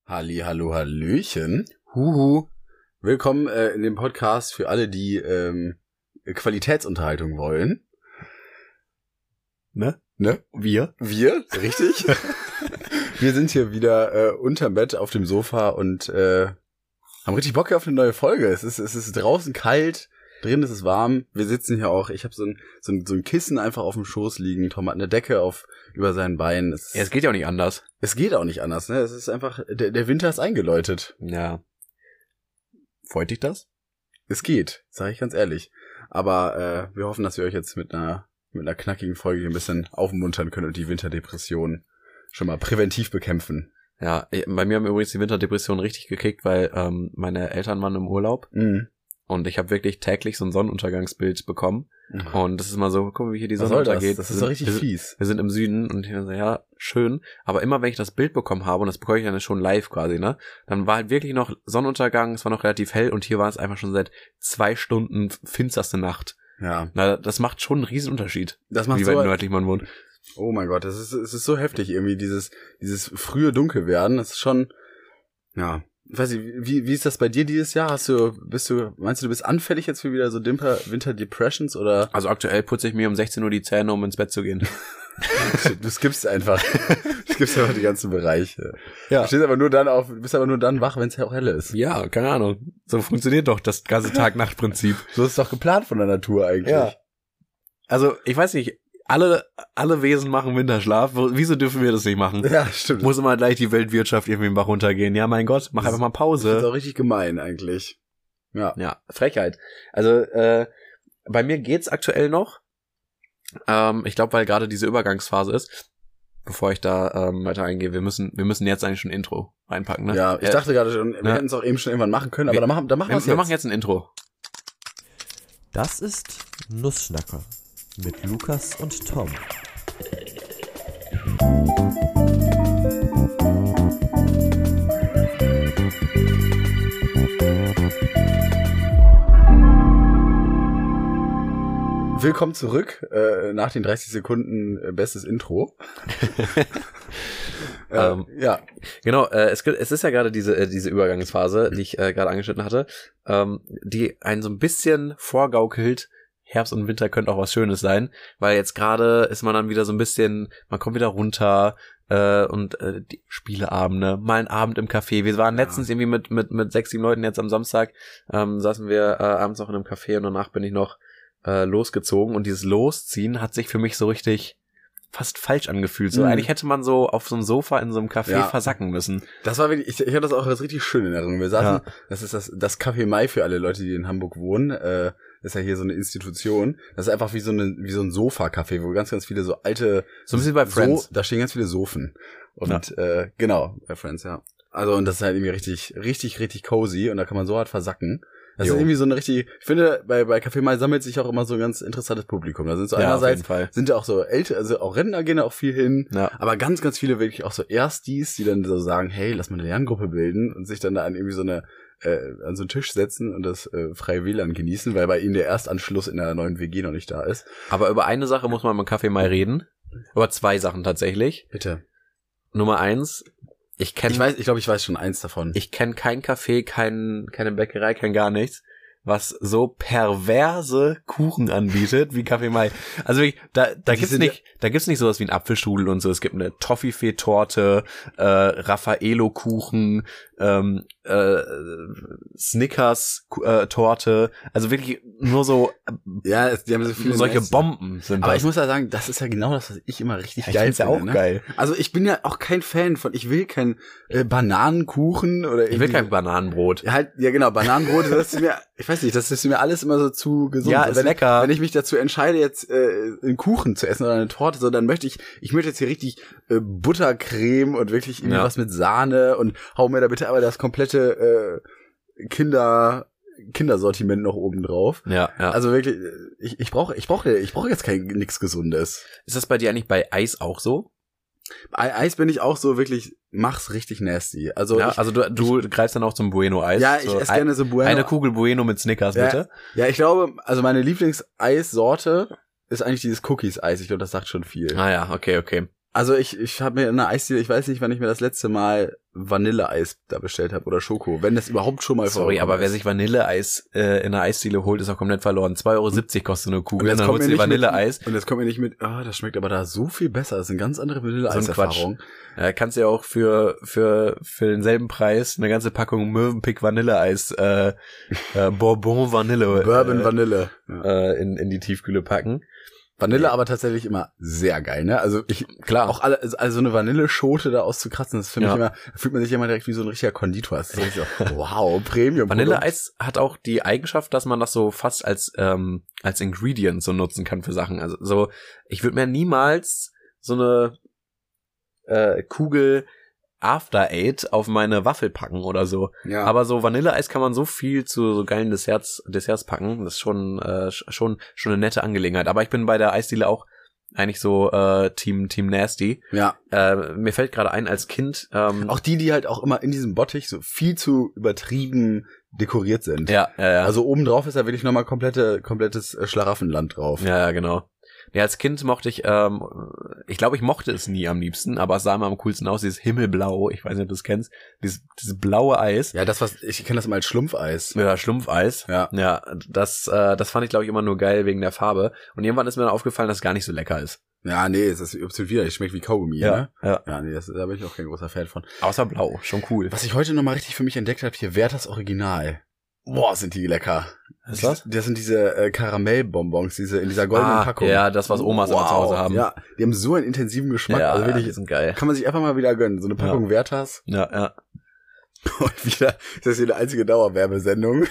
Halli, hallo, hallöchen. Huhu. Willkommen in dem Podcast für alle, die Qualitätsunterhaltung wollen. Ne? Wir, richtig. Wir sind hier wieder unterm Bett auf dem Sofa und haben richtig Bock auf eine neue Folge. Es ist draußen kalt, drin ist es warm. Wir sitzen hier auch. Ich habe so ein Kissen einfach auf dem Schoß liegen. Tom hat eine Decke über seinen Beinen. Es geht ja auch nicht anders. Es geht auch nicht anders, ne? Es ist einfach, der Winter ist eingeläutet. Ja. Freut dich das? Es geht, sage ich ganz ehrlich. Aber wir hoffen, dass wir euch jetzt mit einer knackigen Folge ein bisschen aufmuntern können und die Winterdepression schon mal präventiv bekämpfen. Ja, bei mir haben übrigens die Winterdepression richtig gekickt, weil meine Eltern waren im Urlaub. Mhm. Und ich habe wirklich täglich so ein Sonnenuntergangsbild bekommen. Mhm. Und das ist mal so, guck mal, wie hier die Sonne untergeht. Das ist so richtig fies. Wir sind im Süden und ich so, ja, schön. Aber immer wenn ich das Bild bekommen habe, und das bekomme ich dann schon live quasi, ne, dann war halt wirklich noch Sonnenuntergang, es war noch relativ hell und hier war es einfach schon seit 2 Stunden finsterste Nacht. Ja. Na, das macht schon einen riesen Unterschied. Das macht wie weit nördlich man wohnt. Oh mein Gott, es ist so heftig irgendwie, dieses frühe Dunkelwerden. Das ist schon, ja. Ich weiß nicht, wie ist das bei dir dieses Jahr? Meinst du, du bist anfällig jetzt für wieder so Winter-Depressions oder? Also aktuell putze ich mir um 16 Uhr die Zähne, um ins Bett zu gehen. Du skippst einfach. Du skippst einfach die ganzen Bereiche. Ja. Du bist aber nur dann wach, wenn es auch hell ist. Ja, keine Ahnung. So funktioniert doch das ganze Tag-Nacht-Prinzip. So ist es doch geplant von der Natur eigentlich. Ja. Also, ich weiß nicht, alle Wesen machen Winterschlaf. Wieso dürfen wir das nicht machen? Ja, stimmt. Muss immer gleich die Weltwirtschaft irgendwie im Bach runtergehen. Ja, mein Gott, mach einfach mal Pause. Das ist auch richtig gemein eigentlich. Ja. Ja, Frechheit. Also, bei mir geht's aktuell noch. Ich glaube, weil gerade diese Übergangsphase ist. Bevor ich da weiter eingehe, wir müssen jetzt eigentlich schon ein Intro reinpacken, ne? Ja, ich dachte gerade schon, wir hätten es auch eben schon irgendwann machen können, aber dann machen wir es jetzt. Wir machen jetzt ein Intro. Das ist Nussschnacker mit Lukas und Tom. Willkommen zurück, nach den 30 Sekunden bestes Intro. Ja. Genau, es ist ja gerade diese Übergangsphase, die ich gerade angeschnitten hatte, die einen so ein bisschen vorgaukelt, Herbst und Winter könnte auch was Schönes sein, weil jetzt gerade ist man dann wieder so ein bisschen, man kommt wieder runter und die Spieleabende, mal ein Abend im Café. Wir waren letztens irgendwie mit 6, 7 Leuten jetzt am Samstag, saßen wir abends noch in einem Café und danach bin ich noch losgezogen und dieses Losziehen hat sich für mich so richtig fast falsch angefühlt. So, eigentlich hätte man so auf so einem Sofa in so einem Café versacken müssen. Das war wirklich, ich hatte das auch als richtig schön in Erinnerung. Wir saßen, das ist das Café Mai für alle Leute, die in Hamburg wohnen. Ist ja hier so eine Institution. Das ist einfach wie so ein Sofa-Café, wo ganz, ganz viele so alte... So ein bisschen bei Friends. Da stehen ganz viele Sofen. Und genau, bei Friends, ja. Also und das ist halt irgendwie richtig, richtig, richtig cozy und da kann man so hart versacken. Das ist irgendwie so eine richtig, ich finde, bei Café Mai sammelt sich auch immer so ein ganz interessantes Publikum. Da sind so einerseits, sind ja auch so ältere, also auch Rentner gehen da auch viel hin, aber ganz, ganz viele wirklich auch so Erstis, die dann so sagen, hey, lass mal eine Lerngruppe bilden und sich dann da an irgendwie so an so einen Tisch setzen und das freie WLAN genießen, weil bei ihnen der Erstanschluss in der neuen WG noch nicht da ist. Aber über eine Sache muss man beim Café Mai reden. Über 2 Sachen tatsächlich. Bitte. Nummer 1, ich glaube, ich weiß schon eins davon. Ich kenne kein Café, keine Bäckerei, kein gar nichts, was so perverse Kuchen anbietet wie Café Mai. Also wirklich, da gibt's nicht sowas wie ein Apfelstrudel und so. Es gibt eine Toffifee-Torte, Raffaello-Kuchen, Snickers-Torte. Also wirklich nur so, die haben so viele solche Bomben sind aber das. Ich muss ja sagen, das ist ja genau das, was ich immer richtig geil finde. Ja auch geil. Also ich bin ja auch kein Fan von, ich will kein Bananenkuchen oder irgendwie. Ich will kein Bananenbrot. Ja genau, Bananenbrot, das ist mir, ich weiß nicht, das ist mir alles immer so zu gesund. Ja, ist lecker. Wenn ich mich dazu entscheide, jetzt einen Kuchen zu essen oder eine Torte, so, dann möchte ich jetzt hier richtig Buttercreme und wirklich irgendwie was mit Sahne und hau mir da bitte aber das komplette Kindersortiment noch oben drauf. Ja. Also wirklich, ich brauche jetzt nichts Gesundes. Ist das bei dir eigentlich bei Eis auch so? Bei Eis bin ich auch so wirklich, mach's richtig nasty. Also du greifst dann auch zum Bueno-Eis. Ja, ich esse gerne so Bueno. Eine Kugel Bueno mit Snickers, bitte. Ja, ich glaube, also meine Lieblingseissorte ist eigentlich dieses Cookies-Eis. Ich glaube, das sagt schon viel. Ah ja, okay. Also ich habe mir in einer Eisdiele, ich weiß nicht, wann ich mir das letzte Mal Vanilleeis da bestellt habe oder Schoko, wenn das überhaupt schon mal Sorry, aber wer sich Vanilleeis in einer Eisdiele holt, ist auch komplett verloren. 2,70 € kostet eine Kugel, und dann holst du dir Vanilleeis. Und jetzt kommt mir nicht mit, das schmeckt aber da so viel besser, das ist eine ganz andere Vanilleeis-Erfahrung. Ja, kannst du ja auch für denselben Preis eine ganze Packung Mövenpick Vanilleeis, Bourbon Vanille. Bourbon Vanille. In die Tiefkühle packen. Vanille aber tatsächlich immer sehr geil, ne? Also klar, auch also so eine Vanilleschote da auszukratzen, das finde ich immer, da fühlt man sich immer direkt wie so ein richtiger Konditor. Das ist so, wow, Premium. Vanilleeis hat auch die Eigenschaft, dass man das so fast als Ingredient so nutzen kann für Sachen. Also so, ich würde mir niemals so eine Kugel After Eight auf meine Waffel packen oder so. Ja. Aber so Vanilleeis kann man so viel zu so geilen Desserts packen. Das ist schon eine nette Angelegenheit. Aber ich bin bei der Eisdiele auch eigentlich so Team Nasty. Ja. Mir fällt gerade ein, als Kind auch die halt auch immer in diesem Bottich so viel zu übertrieben dekoriert sind. Ja. Also obendrauf ist ja wirklich nochmal komplettes Schlaraffenland drauf. Ja, genau. Ja, als Kind mochte ich glaube, ich mochte es nie am liebsten, aber es sah immer am coolsten aus, dieses Himmelblau, ich weiß nicht, ob du es kennst, dieses blaue Eis. Ja, ich kenne das immer als Schlumpfeis. Ja, Schlumpfeis. Ja, das fand ich, glaube ich, immer nur geil wegen der Farbe. Und irgendwann ist mir dann aufgefallen, dass es gar nicht so lecker ist. Ja, nee, es ist absolut widerlich, schmeckt wie Kaugummi, ne? Ja, nee, da bin ich auch kein großer Fan von. Außer blau, schon cool. Was ich heute nochmal richtig für mich entdeckt habe, hier Werthers Original. Boah, sind die lecker. Was ist das? Das sind diese Karamellbonbons, in dieser goldenen Packung. Ja, das, was Omas immer zu Hause haben. Ja, die haben so einen intensiven Geschmack. Ja, also wirklich, die sind geil. Kann man sich einfach mal wieder gönnen. So eine Packung Werthers. Ja. Und wieder ist das hier eine einzige Dauerwerbesendung.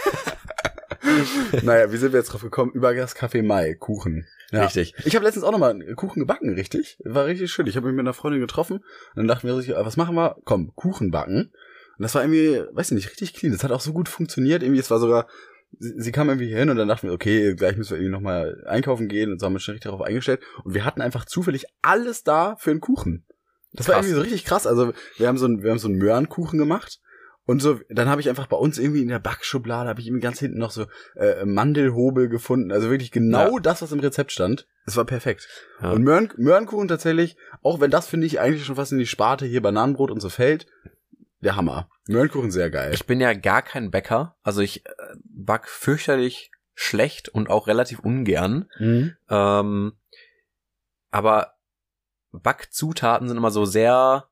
Naja, wie sind wir jetzt drauf gekommen? Über das Café Mai, Kuchen. Ja. Richtig. Ich habe letztens auch nochmal einen Kuchen gebacken, richtig? War richtig schön. Ich habe mich mit einer Freundin getroffen und dann dachten wir, was machen wir? Komm, Kuchen backen. Und das war irgendwie, weiß ich nicht, richtig clean. Das hat auch so gut funktioniert. Irgendwie, es war sogar, sie kam irgendwie hier hin und dann dachten wir, okay, gleich müssen wir irgendwie nochmal einkaufen gehen und so haben wir schon richtig darauf eingestellt. Und wir hatten einfach zufällig alles da für einen Kuchen. Das war irgendwie so richtig krass. Also wir haben so einen Möhrenkuchen gemacht. Und so, dann habe ich einfach bei uns irgendwie in der Backschublade, habe ich irgendwie ganz hinten noch so Mandelhobel gefunden. Also wirklich genau das, was im Rezept stand. Das war perfekt. Ja. Und Möhrenkuchen tatsächlich, auch wenn das, finde ich, eigentlich schon fast in die Sparte hier Bananenbrot und so fällt, der Hammer. Möhrenkuchen sehr geil. Ich bin ja gar kein Bäcker. Also ich back fürchterlich schlecht und auch relativ ungern. Mhm. Aber Backzutaten sind immer so sehr...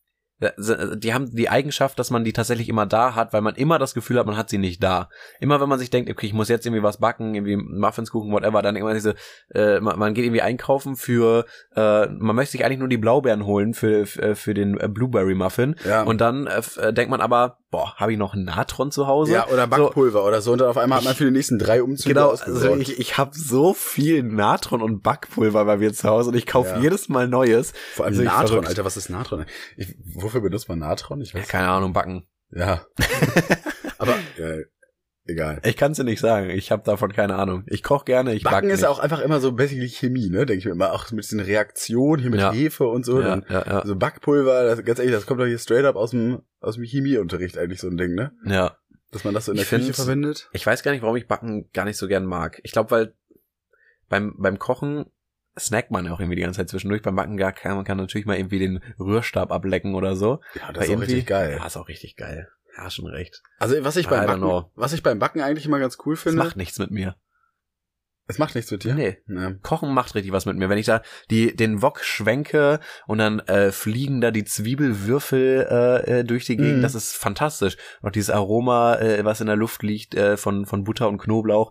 Die haben die Eigenschaft, dass man die tatsächlich immer da hat, weil man immer das Gefühl hat, man hat sie nicht da. Immer wenn man sich denkt, okay, ich muss jetzt irgendwie was backen, irgendwie Muffinskuchen, whatever, dann irgendwann man geht irgendwie einkaufen für, man möchte sich eigentlich nur die Blaubeeren holen für den Blueberry Muffin. Ja. Und dann denkt man aber, habe ich noch Natron zu Hause? Ja, oder Backpulver oder so. Und dann auf einmal hat man für die nächsten 3 Umzüge ausgesorgt. Also ich habe so viel Natron und Backpulver bei mir zu Hause und ich kaufe jedes Mal Neues. Vor allem Natron, verrückt. Alter, was ist Natron? Wofür benutzt man Natron? Ich weiß keine Ahnung, backen. Ja. Aber egal. Ich kann es dir nicht sagen. Ich habe davon keine Ahnung. Ich koche gerne, ich Backen back ist ja auch einfach immer so basically Chemie, ne? Denke ich mir immer. Auch mit diesen Reaktionen hier mit Hefe und so. Ja. So Backpulver, ganz ehrlich, das kommt doch hier straight up aus dem Chemieunterricht eigentlich so ein Ding, ne? Ja. Dass man das so in der Küche verwendet. Ich weiß gar nicht, warum ich Backen gar nicht so gern mag. Ich glaube, weil beim Kochen snackt man ja auch irgendwie die ganze Zeit zwischendurch. Beim Backen man kann natürlich mal irgendwie den Rührstab ablecken oder so. Ja, das ist auch richtig geil. Ja, ist auch richtig geil. Ja, schon recht. Also was ich beim Backen eigentlich immer ganz cool finde. Es macht nichts mit mir. Es macht nichts mit dir? Nee. Kochen macht richtig was mit mir. Wenn ich da den Wok schwenke und dann fliegen da die Zwiebelwürfel durch die Gegend, das ist fantastisch. Und dieses Aroma, was in der Luft liegt von Butter und Knoblauch,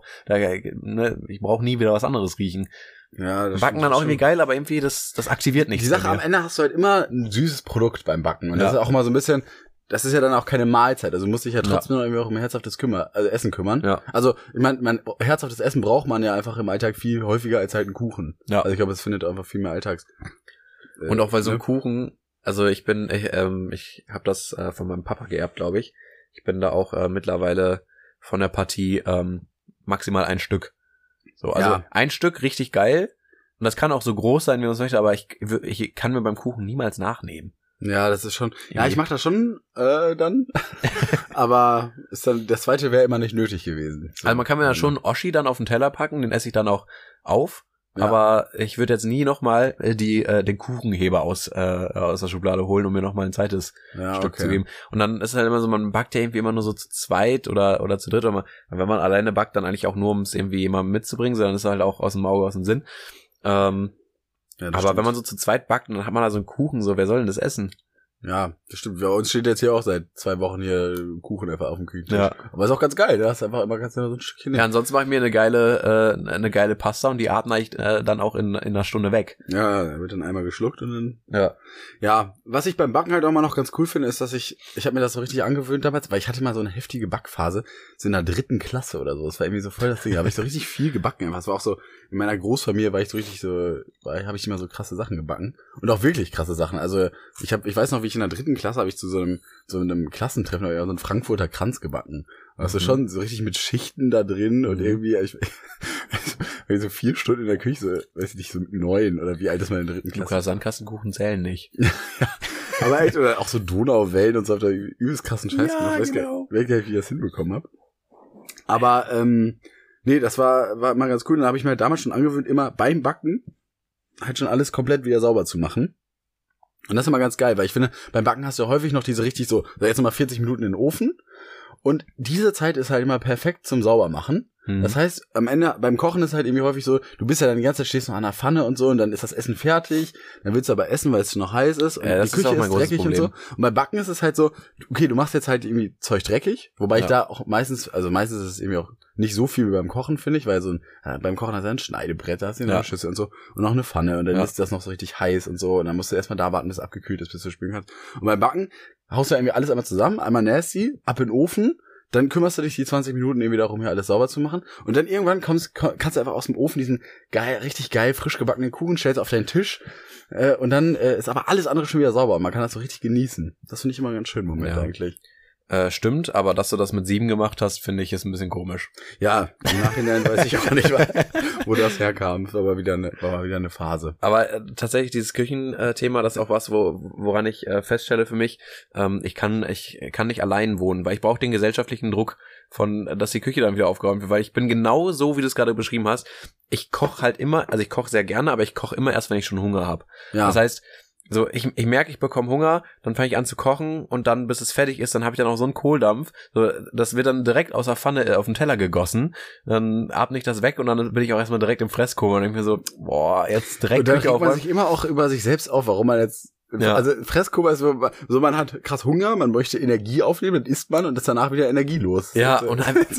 ich brauche nie wieder was anderes riechen. Ja, das Backen dann auch irgendwie geil, aber irgendwie das aktiviert nichts. Die Sache am Ende hast du halt immer ein süßes Produkt beim Backen. Und das ist auch mal so ein bisschen, das ist ja dann auch keine Mahlzeit. Also muss sich ja trotzdem noch irgendwie auch um herzhaftes Essen kümmern. Ja. Also, ich meine, herzhaftes Essen braucht man ja einfach im Alltag viel häufiger als halt einen Kuchen. Ja. Also ich glaube, es findet einfach viel mehr Alltags. Und auch weil so ein Kuchen, also ich habe das von meinem Papa geerbt, glaube ich. Ich bin da auch mittlerweile von der Partie maximal ein Stück. So, also ein Stück richtig geil. Und das kann auch so groß sein, wie man es möchte, aber ich kann mir beim Kuchen niemals nachnehmen. Ja, das ist schon. Ja, ich mache das schon dann. Aber das zweite wäre immer nicht nötig gewesen. So. Also man kann mir ja schon Oschi dann auf den Teller packen, den esse ich dann auch auf. aber ich würde jetzt nie nochmal den Kuchenheber aus der Schublade holen, um mir nochmal ein zweites Stück zu geben. Und dann ist halt immer so, man backt ja irgendwie immer nur so zu zweit oder zu dritt. Oder wenn man alleine backt, dann eigentlich auch nur, um es irgendwie jemandem mitzubringen, sondern ist halt auch aus dem Auge, aus dem Sinn. Aber stimmt. wenn man so zu zweit backt, dann hat man da so einen Kuchen, so, wer soll denn das essen? Ja, das stimmt. Bei uns steht jetzt hier auch seit 2 Wochen hier Kuchen einfach auf dem Küchentisch. Ja. Aber ist auch ganz geil, da hast einfach immer ganz so ein Stückchen. Ja, ansonsten mache ich mir eine geile Pasta und die atme ich dann auch in einer Stunde weg. Ja, da wird dann einmal geschluckt und dann. Ja, was ich beim Backen halt auch mal noch ganz cool finde, ist, dass ich habe mir das so richtig angewöhnt damals, weil ich hatte mal so eine heftige Backphase, so in der 3. Klasse oder so. Das war irgendwie so voll das Ding. Da habe ich so richtig viel gebacken. Das war auch so, in meiner Großfamilie habe ich immer so krasse Sachen gebacken. Und auch wirklich krasse Sachen. Also ich weiß noch, wie ich in der 3. Klasse habe ich zu so einem Klassentreffen so einen Frankfurter Kranz gebacken. Also schon so richtig mit Schichten da drin und irgendwie ich so 4 Stunden in der Küche, so, weiß ich nicht, so mit 9 oder wie alt ist man in der 3. Klasse? Lukas, Sandkastenkuchen zählen nicht. Ja, aber echt, oder auch so Donauwellen und so, hab da übelst krassen Scheiß gemacht. Weiß gar nicht, wie ich das hinbekommen habe. Aber nee, das war mal ganz cool. Und da habe ich mir halt damals schon angewöhnt, immer beim Backen halt schon alles komplett wieder sauber zu machen. Und das ist immer ganz geil, weil ich finde, beim Backen hast du ja häufig noch diese richtig so, jetzt nochmal 40 Minuten in den Ofen. Und diese Zeit ist halt immer perfekt zum Saubermachen. Das heißt, am Ende, beim Kochen ist halt irgendwie häufig so, du bist ja dann die ganze Zeit, stehst noch an der Pfanne und so, und dann ist das Essen fertig, dann willst du aber essen, weil es noch heiß ist, und die Küche ist dreckig und so. Und beim Backen ist es halt so, okay, du machst jetzt halt irgendwie Zeug dreckig, wobei ich da auch meistens ist es irgendwie auch nicht so viel wie beim Kochen, finde ich, weil beim Kochen hast du ein Schneidebrett, da hast du eine Schüssel und so, und noch eine Pfanne, und dann ist das noch so richtig heiß und so, und dann musst du erstmal da warten, bis es abgekühlt ist, bis du spülen kannst. Und beim Backen haust du irgendwie alles einmal zusammen, einmal nasty, ab in den Ofen, dann kümmerst du dich die 20 Minuten irgendwie darum, hier alles sauber zu machen. Und dann irgendwann kannst du einfach aus dem Ofen diesen richtig geil, frisch gebackenen Kuchen, stellst auf deinen Tisch. Und dann ist aber alles andere schon wieder sauber. Man kann das so richtig genießen. Das finde ich immer einen ganz schönen Moment eigentlich. Stimmt, aber dass du das mit 7 gemacht hast, finde ich, ist ein bisschen komisch. Ja, im Nachhinein weiß ich auch nicht, wo das herkam. Das war aber wieder eine Phase. Aber tatsächlich dieses Küchenthema, das ist auch was, woran ich feststelle für mich, ich kann nicht allein wohnen, weil ich brauche den gesellschaftlichen Druck dass die Küche dann wieder aufgeräumt wird, weil ich bin genau so, wie du es gerade beschrieben hast. Ich koche halt immer, also ich koche sehr gerne, aber ich koche immer erst, wenn ich schon Hunger habe. Ja. Das heißt, so, ich merke, ich bekomme Hunger, dann fange ich an zu kochen und dann, bis es fertig ist, dann habe ich dann auch so einen Kohldampf. So, das wird dann direkt aus der Pfanne auf den Teller gegossen. Dann atme ich das weg und dann bin ich auch erstmal direkt im Fresskoma und denke mir so, boah, jetzt direkt. Und dann regt man sich immer auch über sich selbst auf, warum man jetzt. Ja. Also Fresskoma ist so, man hat krass Hunger, man möchte Energie aufnehmen, dann isst man und ist danach wieder energielos. Ja, und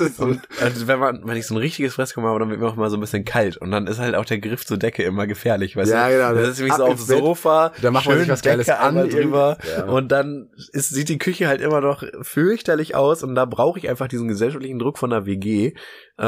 also wenn ich so ein richtiges Fresskoma habe, dann wird mir auch mal so ein bisschen kalt und dann ist halt auch der Griff zur Decke immer gefährlich, weißt du? Ja, genau. Das ist nämlich so aufs Sofa, da macht man sich was Geiles an drüber und dann sieht die Küche halt immer noch fürchterlich aus und da brauche ich einfach diesen gesellschaftlichen Druck von der WG.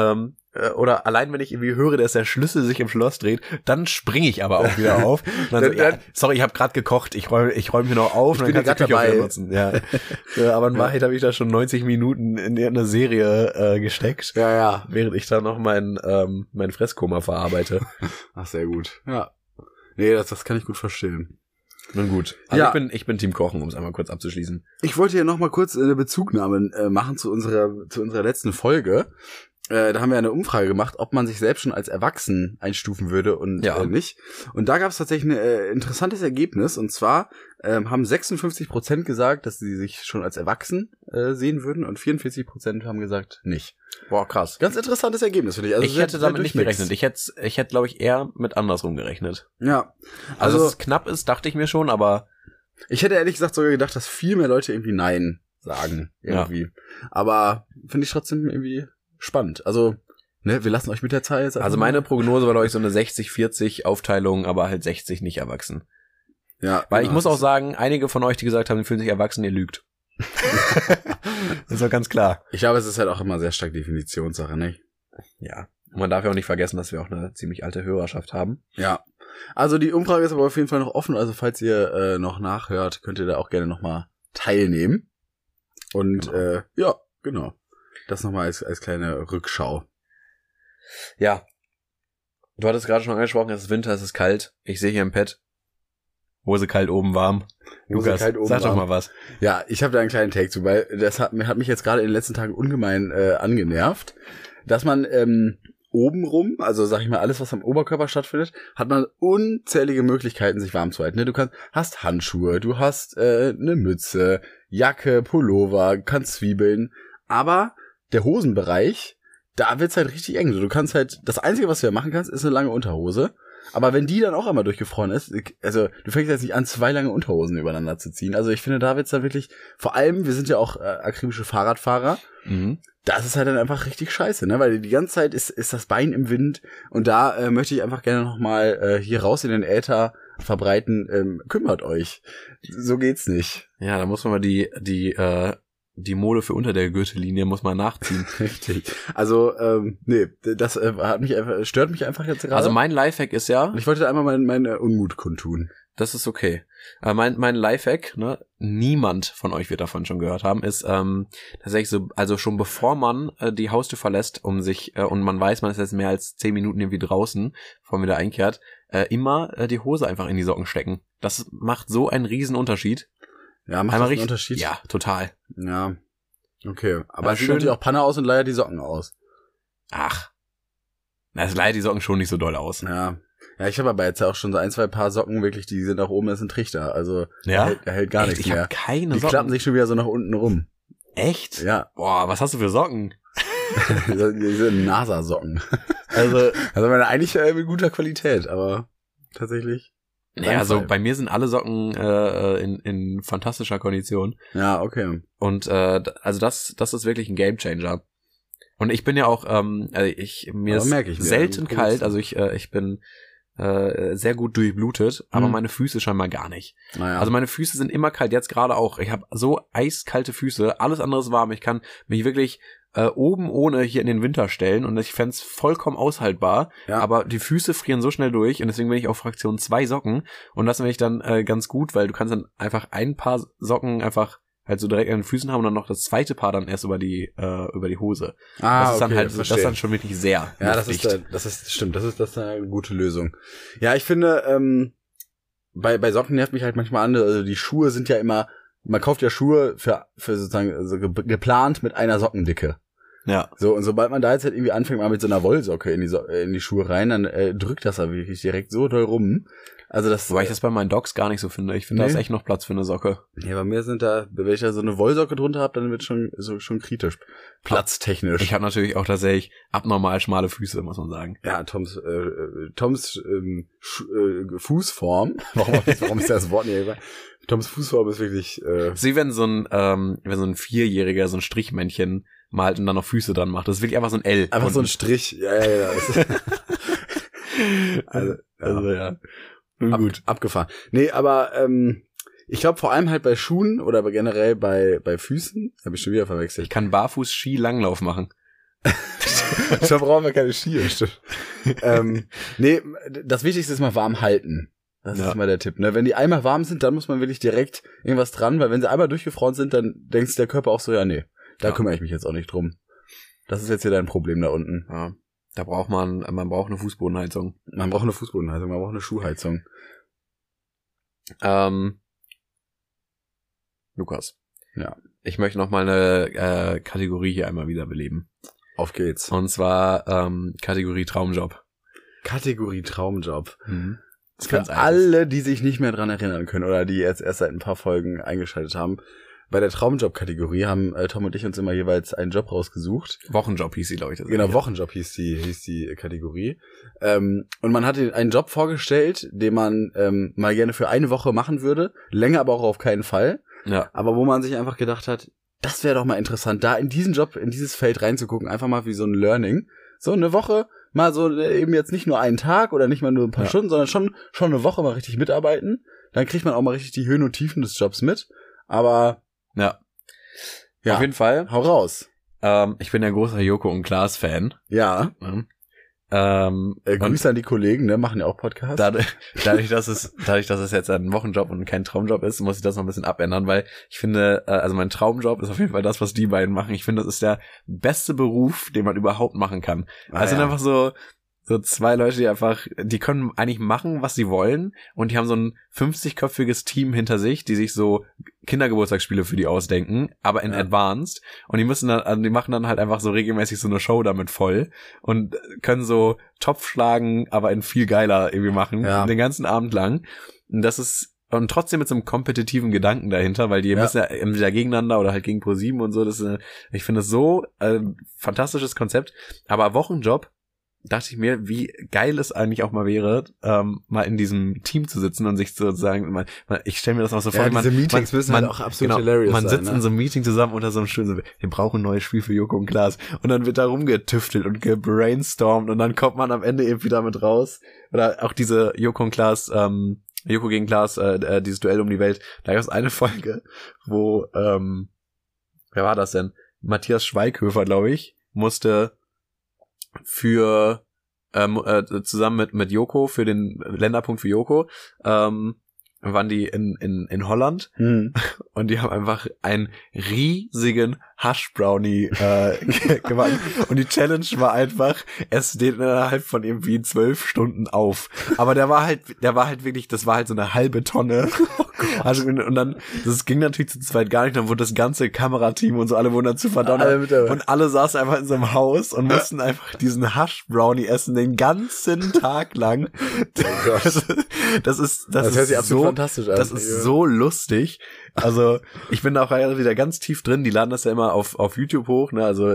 Oder allein, wenn ich irgendwie höre, dass der Schlüssel sich im Schloss dreht, dann springe ich aber auch wieder auf. Und dann so, sorry, ich habe gerade gekocht, ich räume hier noch auf und dann kannst du die Küche benutzen. Ja. Aber in Wahrheit habe ich da schon 90 Minuten in irgendeine Serie gesteckt, während ich da noch mein Fresskoma verarbeite. Ach, sehr gut. Ja. Nee, das kann ich gut verstehen. Nun gut. Also ich bin Team Kochen, um es einmal kurz abzuschließen. Ich wollte hier noch mal kurz eine Bezugnahme machen zu unserer letzten Folge. Da haben wir eine Umfrage gemacht, ob man sich selbst schon als erwachsen einstufen würde und nicht. Und da gab es tatsächlich ein interessantes Ergebnis. Und zwar haben 56% gesagt, dass sie sich schon als erwachsen sehen würden und 44% haben gesagt, nicht. Boah, krass. Ganz interessantes Ergebnis, finde ich. Also ich hätte damit nicht gerechnet. Ich hätte, glaube ich, eher mit andersrum gerechnet. Ja. Also dass es knapp ist, dachte ich mir schon, aber ich hätte ehrlich gesagt sogar gedacht, dass viel mehr Leute irgendwie Nein sagen. Irgendwie. Ja. Aber finde ich trotzdem irgendwie spannend. Also, wir lassen euch mit der Zeit. Also meine Prognose war, glaube ich, so eine 60-40 Aufteilung, aber halt 60 nicht erwachsen. Ja. Weil ich muss auch sagen, einige von euch, die gesagt haben, die fühlen sich erwachsen, ihr lügt. Das ist doch ganz klar. Ich glaube, es ist halt auch immer sehr stark Definitionssache, nicht? Ja. Und man darf ja auch nicht vergessen, dass wir auch eine ziemlich alte Hörerschaft haben. Ja. Also die Umfrage ist aber auf jeden Fall noch offen. Also falls ihr noch nachhört, könnt ihr da auch gerne nochmal teilnehmen. Und genau. Das nochmal als kleine Rückschau. Ja. Du hattest gerade schon angesprochen, es ist Winter, es ist kalt. Ich sehe hier im Pad, Hose kalt, oben warm. Lukas, sag doch mal was. Ja, ich habe da einen kleinen Take zu, weil das hat mich jetzt gerade in den letzten Tagen ungemein angenervt, dass man obenrum, also sag ich mal, alles, was am Oberkörper stattfindet, hat man unzählige Möglichkeiten, sich warm zu halten. Ne? Du hast Handschuhe, du hast eine Mütze, Jacke, Pullover, kannst Zwiebeln, aber der Hosenbereich, da wird's halt richtig eng. Du kannst halt, das Einzige, was du ja machen kannst, ist eine lange Unterhose. Aber wenn die dann auch einmal durchgefroren ist, also du fängst jetzt nicht an, 2 lange Unterhosen übereinander zu ziehen. Also ich finde, da wird's dann wirklich, vor allem, wir sind ja auch akribische Fahrradfahrer, das ist halt dann einfach richtig scheiße, ne? Weil die ganze Zeit ist das Bein im Wind und da möchte ich einfach gerne nochmal hier raus in den Äther verbreiten, kümmert euch. So geht's nicht. Ja, da muss man mal die Mode für unter der Gürtellinie muss man nachziehen. Richtig. Also, nee, das stört mich einfach jetzt gerade. Also mein Lifehack ist ja... Ich wollte einmal meinen Unmut kundtun. Das ist okay. Mein Lifehack, ne, niemand von euch wird davon schon gehört haben, ist tatsächlich so, also schon bevor man die Haustür verlässt, um sich, und man weiß, man ist jetzt mehr als 10 Minuten irgendwie draußen, bevor man wieder einkehrt, immer die Hose einfach in die Socken stecken. Das macht so einen riesen Unterschied. Ja, macht das einen Unterschied? Ja, total. Ja, okay. Aber es sieht natürlich auch Panne aus und leiert die Socken aus. Ach. Na, es leiert die Socken schon nicht so doll aus. Ja. Ja, ich habe aber jetzt ja auch schon so 1, 2 Paar Socken, wirklich, die sind nach oben, das ist ein Trichter. Also, ja? der hält gar nichts mehr. Ich habe keine die Socken. klappen sich schon wieder so nach unten rum. Echt? Ja. Boah, was hast du für Socken? Diese NASA-Socken. Also meine eigentlich mit guter Qualität, aber tatsächlich. Ja, also bei mir sind alle Socken in fantastischer Kondition. Ja, okay. Und also das ist wirklich ein Gamechanger. Und ich bin ja auch, mir ist selten kalt, also ich bin sehr gut durchblutet, aber meine Füße scheinbar gar nicht. Naja. Also meine Füße sind immer kalt, jetzt gerade auch. Ich habe so eiskalte Füße, alles andere ist warm. Ich kann mich wirklich oben ohne hier in den Winter stellen und ich fänd's vollkommen aushaltbar, ja. Aber die Füße frieren so schnell durch und deswegen bin ich auf Fraktion 2 Socken und das finde ich dann ganz gut, weil du kannst dann einfach ein Paar Socken einfach halt so direkt an den Füßen haben und dann noch das zweite Paar dann erst über die Hose. Das ist dann halt, das ist dann schon wirklich sehr. Ja, das ist eine gute Lösung. Ja, ich finde, bei Socken nervt mich halt manchmal an, also die Schuhe sind ja immer, man kauft ja Schuhe für sozusagen also geplant mit einer Sockendicke. Ja. So, und sobald man da jetzt halt irgendwie anfängt, mal mit so einer Wollsocke in die Schuhe rein, dann drückt das da wirklich direkt so doll rum. Also das. Wobei ich das bei meinen Dogs gar nicht so finde. Ich finde, da ist echt noch Platz für eine Socke. Ja, bei mir wenn ich da so eine Wollsocke drunter habe, dann wird schon kritisch. Platztechnisch. Ich habe natürlich auch tatsächlich abnormal schmale Füße, muss man sagen. Ja, Toms Fußform. Warum ist das Wort nicht? Toms Fußform ist wirklich. Sie, wenn so ein 4-Jähriger so ein Strichmännchen malt und dann noch Füße dran macht. Das ist wirklich einfach so ein L. Einfach so ein Strich. Ja. also ja. Gut. Abgefahren. Nee, aber ich glaube vor allem halt bei Schuhen oder generell bei Füßen, habe ich schon wieder verwechselt. Ich kann barfuß Skilanglauf machen. Da brauchen wir keine Skier, stimmt. Nee, das Wichtigste ist mal warm halten. Das ist mal der Tipp. Ne? Wenn die einmal warm sind, dann muss man wirklich direkt irgendwas dran, weil wenn sie einmal durchgefroren sind, dann denkt der Körper auch so, ja nee, da kümmere ich mich jetzt auch nicht drum. Das ist jetzt hier dein Problem da unten. Ja. Da braucht man braucht eine Fußbodenheizung. Man braucht eine Fußbodenheizung, man braucht eine Schuhheizung. Lukas. Ja. Ich möchte noch mal eine Kategorie hier einmal wiederbeleben. Auf geht's. Und zwar Kategorie Traumjob. Kategorie Traumjob. Mhm. Das für alle, die sich nicht mehr dran erinnern können oder die jetzt erst seit ein paar Folgen eingeschaltet haben. Bei der Traumjob-Kategorie haben Tom und ich uns immer jeweils einen Job rausgesucht. Wochenjob hieß die, glaube ich. Genau, Wochenjob hieß die Kategorie. Und man hatte einen Job vorgestellt, den man mal gerne für eine Woche machen würde, länger aber auch auf keinen Fall. Ja. Aber wo man sich einfach gedacht hat, das wäre doch mal interessant, da in diesen Job, in dieses Feld reinzugucken, einfach mal wie so ein Learning. So eine Woche, mal so eben jetzt nicht nur einen Tag oder nicht mal nur ein paar Stunden, sondern schon eine Woche mal richtig mitarbeiten. Dann kriegt man auch mal richtig die Höhen und Tiefen des Jobs mit. Aber ja. Auf jeden Fall. Hau raus. Ich bin ja großer Joko und Klaas Fan. Ja. Grüße an die Kollegen, ne, machen ja auch Podcasts. Dadurch, dass es jetzt ein Wochenjob und kein Traumjob ist, muss ich das noch ein bisschen abändern, weil ich finde, also mein Traumjob ist auf jeden Fall das, was die beiden machen. Ich finde, das ist der beste Beruf, den man überhaupt machen kann. Also einfach so so zwei Leute, die können eigentlich machen, was sie wollen und die haben so ein 50-köpfiges Team hinter sich, die sich so Kindergeburtstagsspiele für die ausdenken, aber in Advanced und die machen dann halt einfach so regelmäßig so eine Show damit voll und können so Topf schlagen, aber in viel geiler irgendwie machen, den ganzen Abend lang. Und trotzdem mit so einem kompetitiven Gedanken dahinter, weil die müssen ja entweder gegeneinander oder halt gegen Pro7 und so. Ich finde das so fantastisches Konzept. Aber Wochenjob, dachte ich mir, wie geil es eigentlich auch mal wäre, mal in diesem Team zu sitzen und sich sozusagen, ich stelle mir das auch so vor, diese Meetings müssen halt auch absolut hilarious sein. Man sitzt in so einem Meeting zusammen unter so einem Stuhl, so, wir brauchen ein neues Spiel für Joko und Klaas. Und dann wird da rumgetüftelt und gebrainstormt und dann kommt man am Ende irgendwie damit raus. Oder auch diese Joko und Klaas, Joko gegen Klaas, dieses Duell um die Welt. Da gab es eine Folge, wo, wer war das denn? Matthias Schweighöfer, glaube ich, musste für zusammen mit Joko für den Länderpunkt für Joko waren die in Holland und die haben einfach einen riesigen Hash-Brownie gemacht und die Challenge war einfach, es steht innerhalb von irgendwie 12 Stunden auf, aber der war halt wirklich, das war halt so eine halbe Tonne. Also, und dann, das ging natürlich zu zweit gar nicht, dann wurde das ganze Kamerateam und so, alle wurden dazu verdonnert und alle saßen einfach in so einem Haus und mussten einfach diesen Hash-Brownie essen den ganzen Tag lang. Das hört sich absolut fantastisch an. Das ist so lustig. Also, ich bin da auch wieder ganz tief drin. Die laden das ja immer auf YouTube hoch, ne? Also,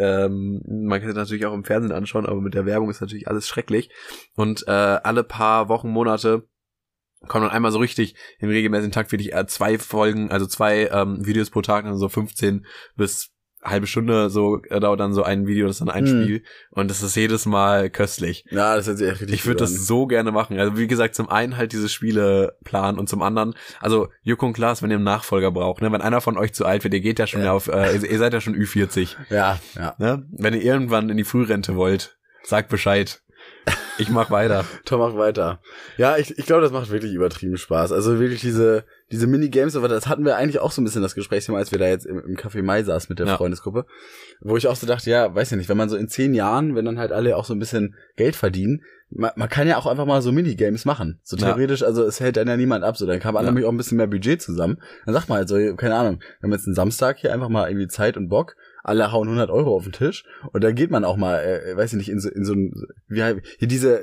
man kann es natürlich auch im Fernsehen anschauen, aber mit der Werbung ist natürlich alles schrecklich. Und alle paar Wochen, Monate kommen dann einmal so richtig im regelmäßigen Takt wirklich 2 Folgen, also 2 Videos pro Tag, also so 15 bis halbe Stunde, so dauert dann so ein Video, das ist dann ein Spiel und das ist jedes Mal köstlich. Ja, das hört sich echt richtig Ich würde das so gerne machen. Also wie gesagt, zum einen halt diese Spiele planen und zum anderen, also Joko und Klaas, wenn ihr einen Nachfolger braucht, ne, wenn einer von euch zu alt wird, ihr geht ja schon auf, ihr seid ja schon Ü40. Ja. Ne? Wenn ihr irgendwann in die Frührente wollt, sagt Bescheid. Ich mach weiter. Tom macht weiter. Ja, ich glaube, das macht wirklich übertrieben Spaß. Also wirklich diese Minigames, aber das hatten wir eigentlich auch so ein bisschen das Gesprächsthema, als wir da jetzt im Café Mai saßen mit der Freundesgruppe, wo ich auch so dachte, ja, weiß ja nicht, wenn man so in 10 Jahren, wenn dann halt alle auch so ein bisschen Geld verdienen, man kann ja auch einfach mal so Minigames machen. So theoretisch, also es hält dann ja niemand ab, so dann kann man nämlich auch ein bisschen mehr Budget zusammen. Dann sagt man halt so, keine Ahnung, wir haben jetzt einen Samstag hier einfach mal irgendwie Zeit und Bock, alle hauen 100 € auf den Tisch und dann geht man auch mal, weiß ich nicht, in so ein, hier diese,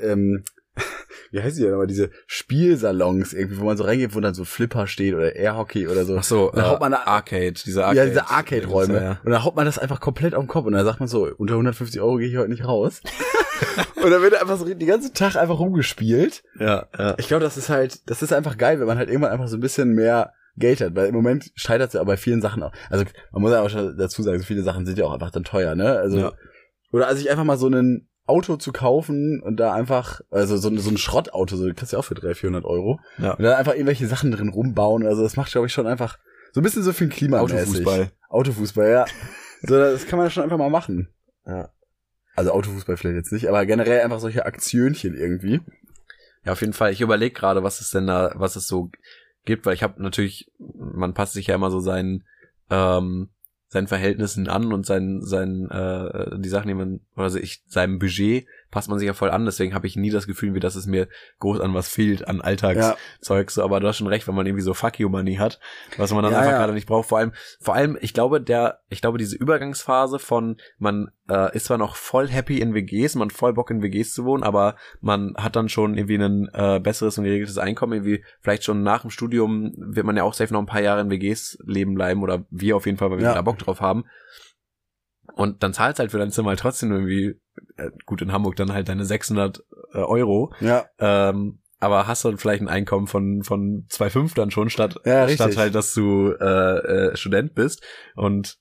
wie heißt die denn nochmal, diese Spielsalons irgendwie, wo man so reingeht, wo dann so Flipper steht oder Airhockey oder so. Ach so, dann haut man diese Arcade-Räume. Ja. Und dann haut man das einfach komplett auf den Kopf und dann sagt man so, unter 150 € gehe ich heute nicht raus. Und dann wird einfach so den ganzen Tag einfach rumgespielt. Ja. Ich glaube, das ist einfach geil, wenn man halt irgendwann einfach so ein bisschen mehr Geld hat, weil im Moment scheitert es ja auch bei vielen Sachen auch. Also man muss ja auch schon dazu sagen, so viele Sachen sind ja auch einfach dann teuer, ne? Also oder sich einfach mal so ein Auto zu kaufen und da einfach, also so ein Schrottauto, so kriegst du ja auch für 300-400 €. Ja. Und dann einfach irgendwelche Sachen drin rumbauen. Also das macht, glaube ich, schon einfach so ein bisschen so viel klimamäßig. Autofußball, ja. So, das kann man schon einfach mal machen. Ja. Also Autofußball vielleicht jetzt nicht, aber generell einfach solche Aktionchen irgendwie. Ja, auf jeden Fall. Ich überlege gerade, was es so gibt, weil ich habe natürlich, man passt sich ja immer so seinen Verhältnissen an und die Sachen, die man, seinem Budget passt man sich ja voll an, deswegen habe ich nie das Gefühl, dass es mir groß an was fehlt, an Alltagszeug, so, aber du hast schon recht, wenn man irgendwie so Fuck you Money hat, was man dann einfach gerade nicht braucht, vor allem, ich glaube, diese Übergangsphase von, man ist zwar noch voll happy in WGs, man hat voll Bock in WGs zu wohnen, aber man hat dann schon irgendwie ein besseres und geregeltes Einkommen, irgendwie vielleicht schon nach dem Studium wird man ja auch safe noch ein paar Jahre in WGs leben bleiben oder wir auf jeden Fall, weil wir da Bock drauf haben. Und dann zahlst halt für dein Zimmer halt trotzdem irgendwie, gut in Hamburg dann halt deine 600 €. Ja. Aber hast du vielleicht ein Einkommen von 2,5 dann schon, statt halt, dass du Student bist. Und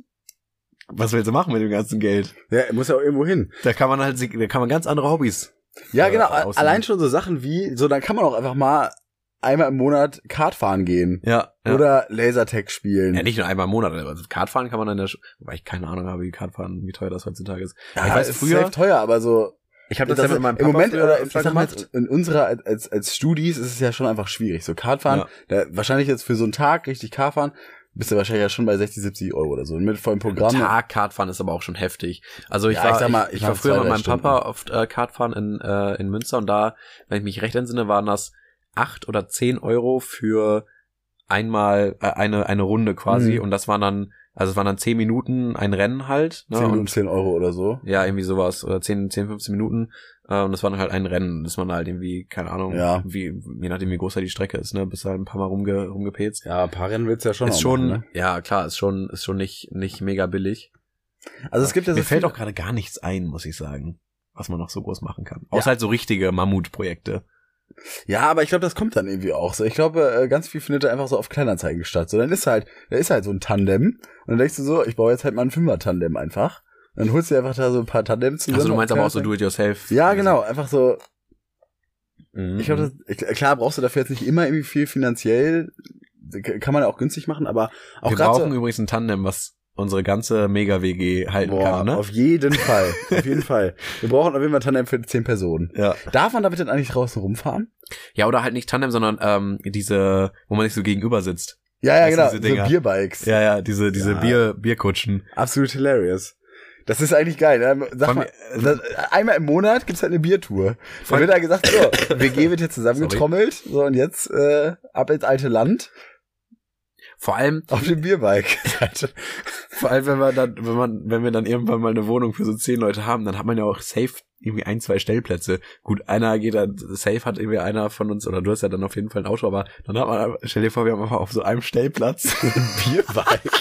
was willst du machen mit dem ganzen Geld? Ja, muss ja auch irgendwo hin. Da kann man ganz andere Hobbys. Ja, genau. Allein schon so Sachen wie, so dann kann man auch einfach mal einmal im Monat Kart fahren gehen. Ja. Oder Lasertag spielen. Ja, nicht nur einmal im Monat. Also Kart fahren kann man dann wobei ich keine Ahnung habe, wie teuer das heutzutage ist. Ja, ich weiß, früher ist teuer, aber so. Ich habe das ja mit meinem Papa im Moment, oder ich sag mal, in unserer, als Studis ist es ja schon einfach schwierig. So Kart fahren, wahrscheinlich jetzt für so einen Tag richtig Kart fahren, bist du wahrscheinlich ja schon bei 60, 70 Euro oder so. Und mit vollem Programm. Kartfahren ist aber auch schon heftig. Also ich Ja, war früher 2-3 mit meinem Stunden. Papa auf Kartfahren in Münster und da, wenn ich mich recht entsinne, waren das 8 oder 10 Euro für einmal eine Runde quasi und das waren dann 10 Minuten ein Rennen halt. Ne? 10 Minuten, Und 10 Euro oder so. ja, irgendwie sowas. Oder 10, 15 Minuten. Und das war dann halt ein Rennen, dass man halt irgendwie, keine Ahnung, Ja. je nachdem wie groß da die Strecke ist, ne, bist halt ein paar Mal rumgepetzt. Ja, ein paar Rennen willst du ja schon Ist auch schon, machen, ne? ja klar, ist schon nicht mega billig. Also es gibt ja so Mir fällt viele- auch gerade gar nichts ein, muss ich sagen, was man noch so groß machen kann. Ja. Außer halt so richtige Mammutprojekte. Ja, aber ich glaube, das kommt dann irgendwie auch so. Ich glaube, ganz viel findet da einfach so auf Kleinanzeigen statt. So, da ist halt so ein Tandem. Und dann denkst du so, ich baue jetzt halt mal ein 5er-Tandem einfach. Und dann holst du dir einfach da so ein paar Tandems zusammen. Also du meinst auf aber auch so Kleinanzeigen. do-it-yourself. Ja, genau. Einfach so. Mhm. Ich glaube, klar brauchst du dafür jetzt nicht immer irgendwie viel finanziell. Kann man ja auch günstig machen, aber auch Wir gerade brauchen so, übrigens ein Tandem, was unsere ganze Mega-WG halten boah, kann, ne? auf jeden Fall. Auf jeden Fall. Wir brauchen auf jeden Fall ein Tandem für 10 Personen. Ja. Darf man damit denn eigentlich draußen rumfahren? Ja, oder halt nicht Tandem, sondern diese, wo man sich so gegenüber sitzt. Ja, ja, Das genau. sind diese Dinger. So Bierbikes. Ja, diese Ja. Bierkutschen. Absolut hilarious. Das ist eigentlich geil. Ne? Sag mal, einmal im Monat gibt's halt eine Biertour. Da wird da gesagt, so, WG wird jetzt zusammengetrommelt, so und jetzt ab ins alte Land Vor allem, auf dem Bierbike. wenn wir dann irgendwann mal eine Wohnung für so 10 Leute haben, dann hat man ja auch safe irgendwie 1, 2 Stellplätze. Gut, safe hat irgendwie einer von uns, oder du hast ja dann auf jeden Fall ein Auto, aber dann hat man, stell dir vor, wir haben einfach auf so einem Stellplatz Ein Bierbike.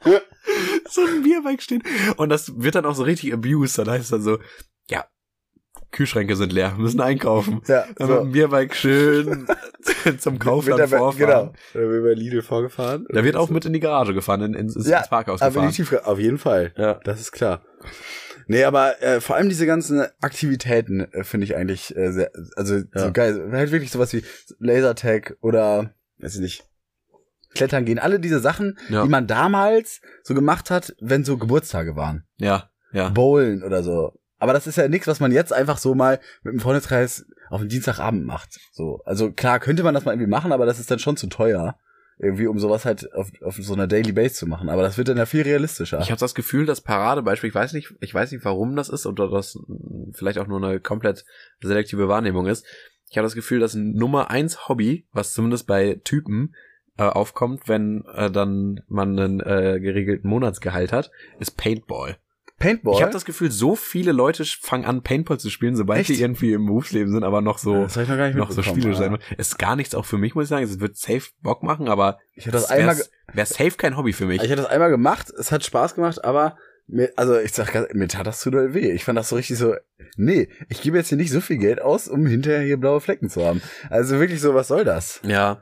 so ein Bierbike stehen. Und das wird dann auch so richtig abused. Dann heißt es dann so, ja, Kühlschränke sind leer, wir müssen einkaufen. Ja, Dann mit dem Bierbike schön zum Kaufland vorfahren. Genau. Da wird bei Lidl vorgefahren. Da wird auch mit in die Garage gefahren, ins Parkhaus gefahren. Auf jeden Fall. Ja. Das ist klar. Nee, aber vor allem diese ganzen Aktivitäten finde ich eigentlich sehr, also so geil. Halt wirklich sowas wie Lasertag oder, weiß ich nicht, Klettern gehen. Alle diese Sachen, die man damals so gemacht hat, wenn so Geburtstage waren. Ja. Bowlen oder so. Aber das ist ja nichts, was man jetzt einfach so mal mit dem Freundeskreis auf den Dienstagabend macht. So, also klar könnte man das mal irgendwie machen, aber das ist dann schon zu teuer. Irgendwie, um sowas halt auf so einer Daily Base zu machen. Aber das wird dann ja viel realistischer. Ich habe das Gefühl, das Paradebeispiel, ich weiß nicht, warum das ist oder das vielleicht auch nur eine komplett selektive Wahrnehmung ist. Ich habe das Gefühl, dass ein Nummer 1 Hobby, was zumindest bei Typen aufkommt, wenn dann man einen geregelten Monatsgehalt hat, ist Paintball. Paintball? Ich habe das Gefühl, so viele Leute fangen an, Paintball zu spielen, sobald Echt? die irgendwie im Berufsleben sind, aber noch so, das hab ich noch gar nicht noch so mitbekommen, spielisch ja. sein. Ist gar nichts auch für mich, muss ich sagen. Es wird safe Bock machen, aber Ich hab das einmal wäre safe kein Hobby für mich. Ich habe das einmal gemacht, es hat Spaß gemacht, aber mir tat das zu doll weh. Ich fand das so richtig so, nee, ich gebe jetzt hier nicht so viel Geld aus, um hinterher hier blaue Flecken zu haben. Also wirklich so, was soll das? Ja.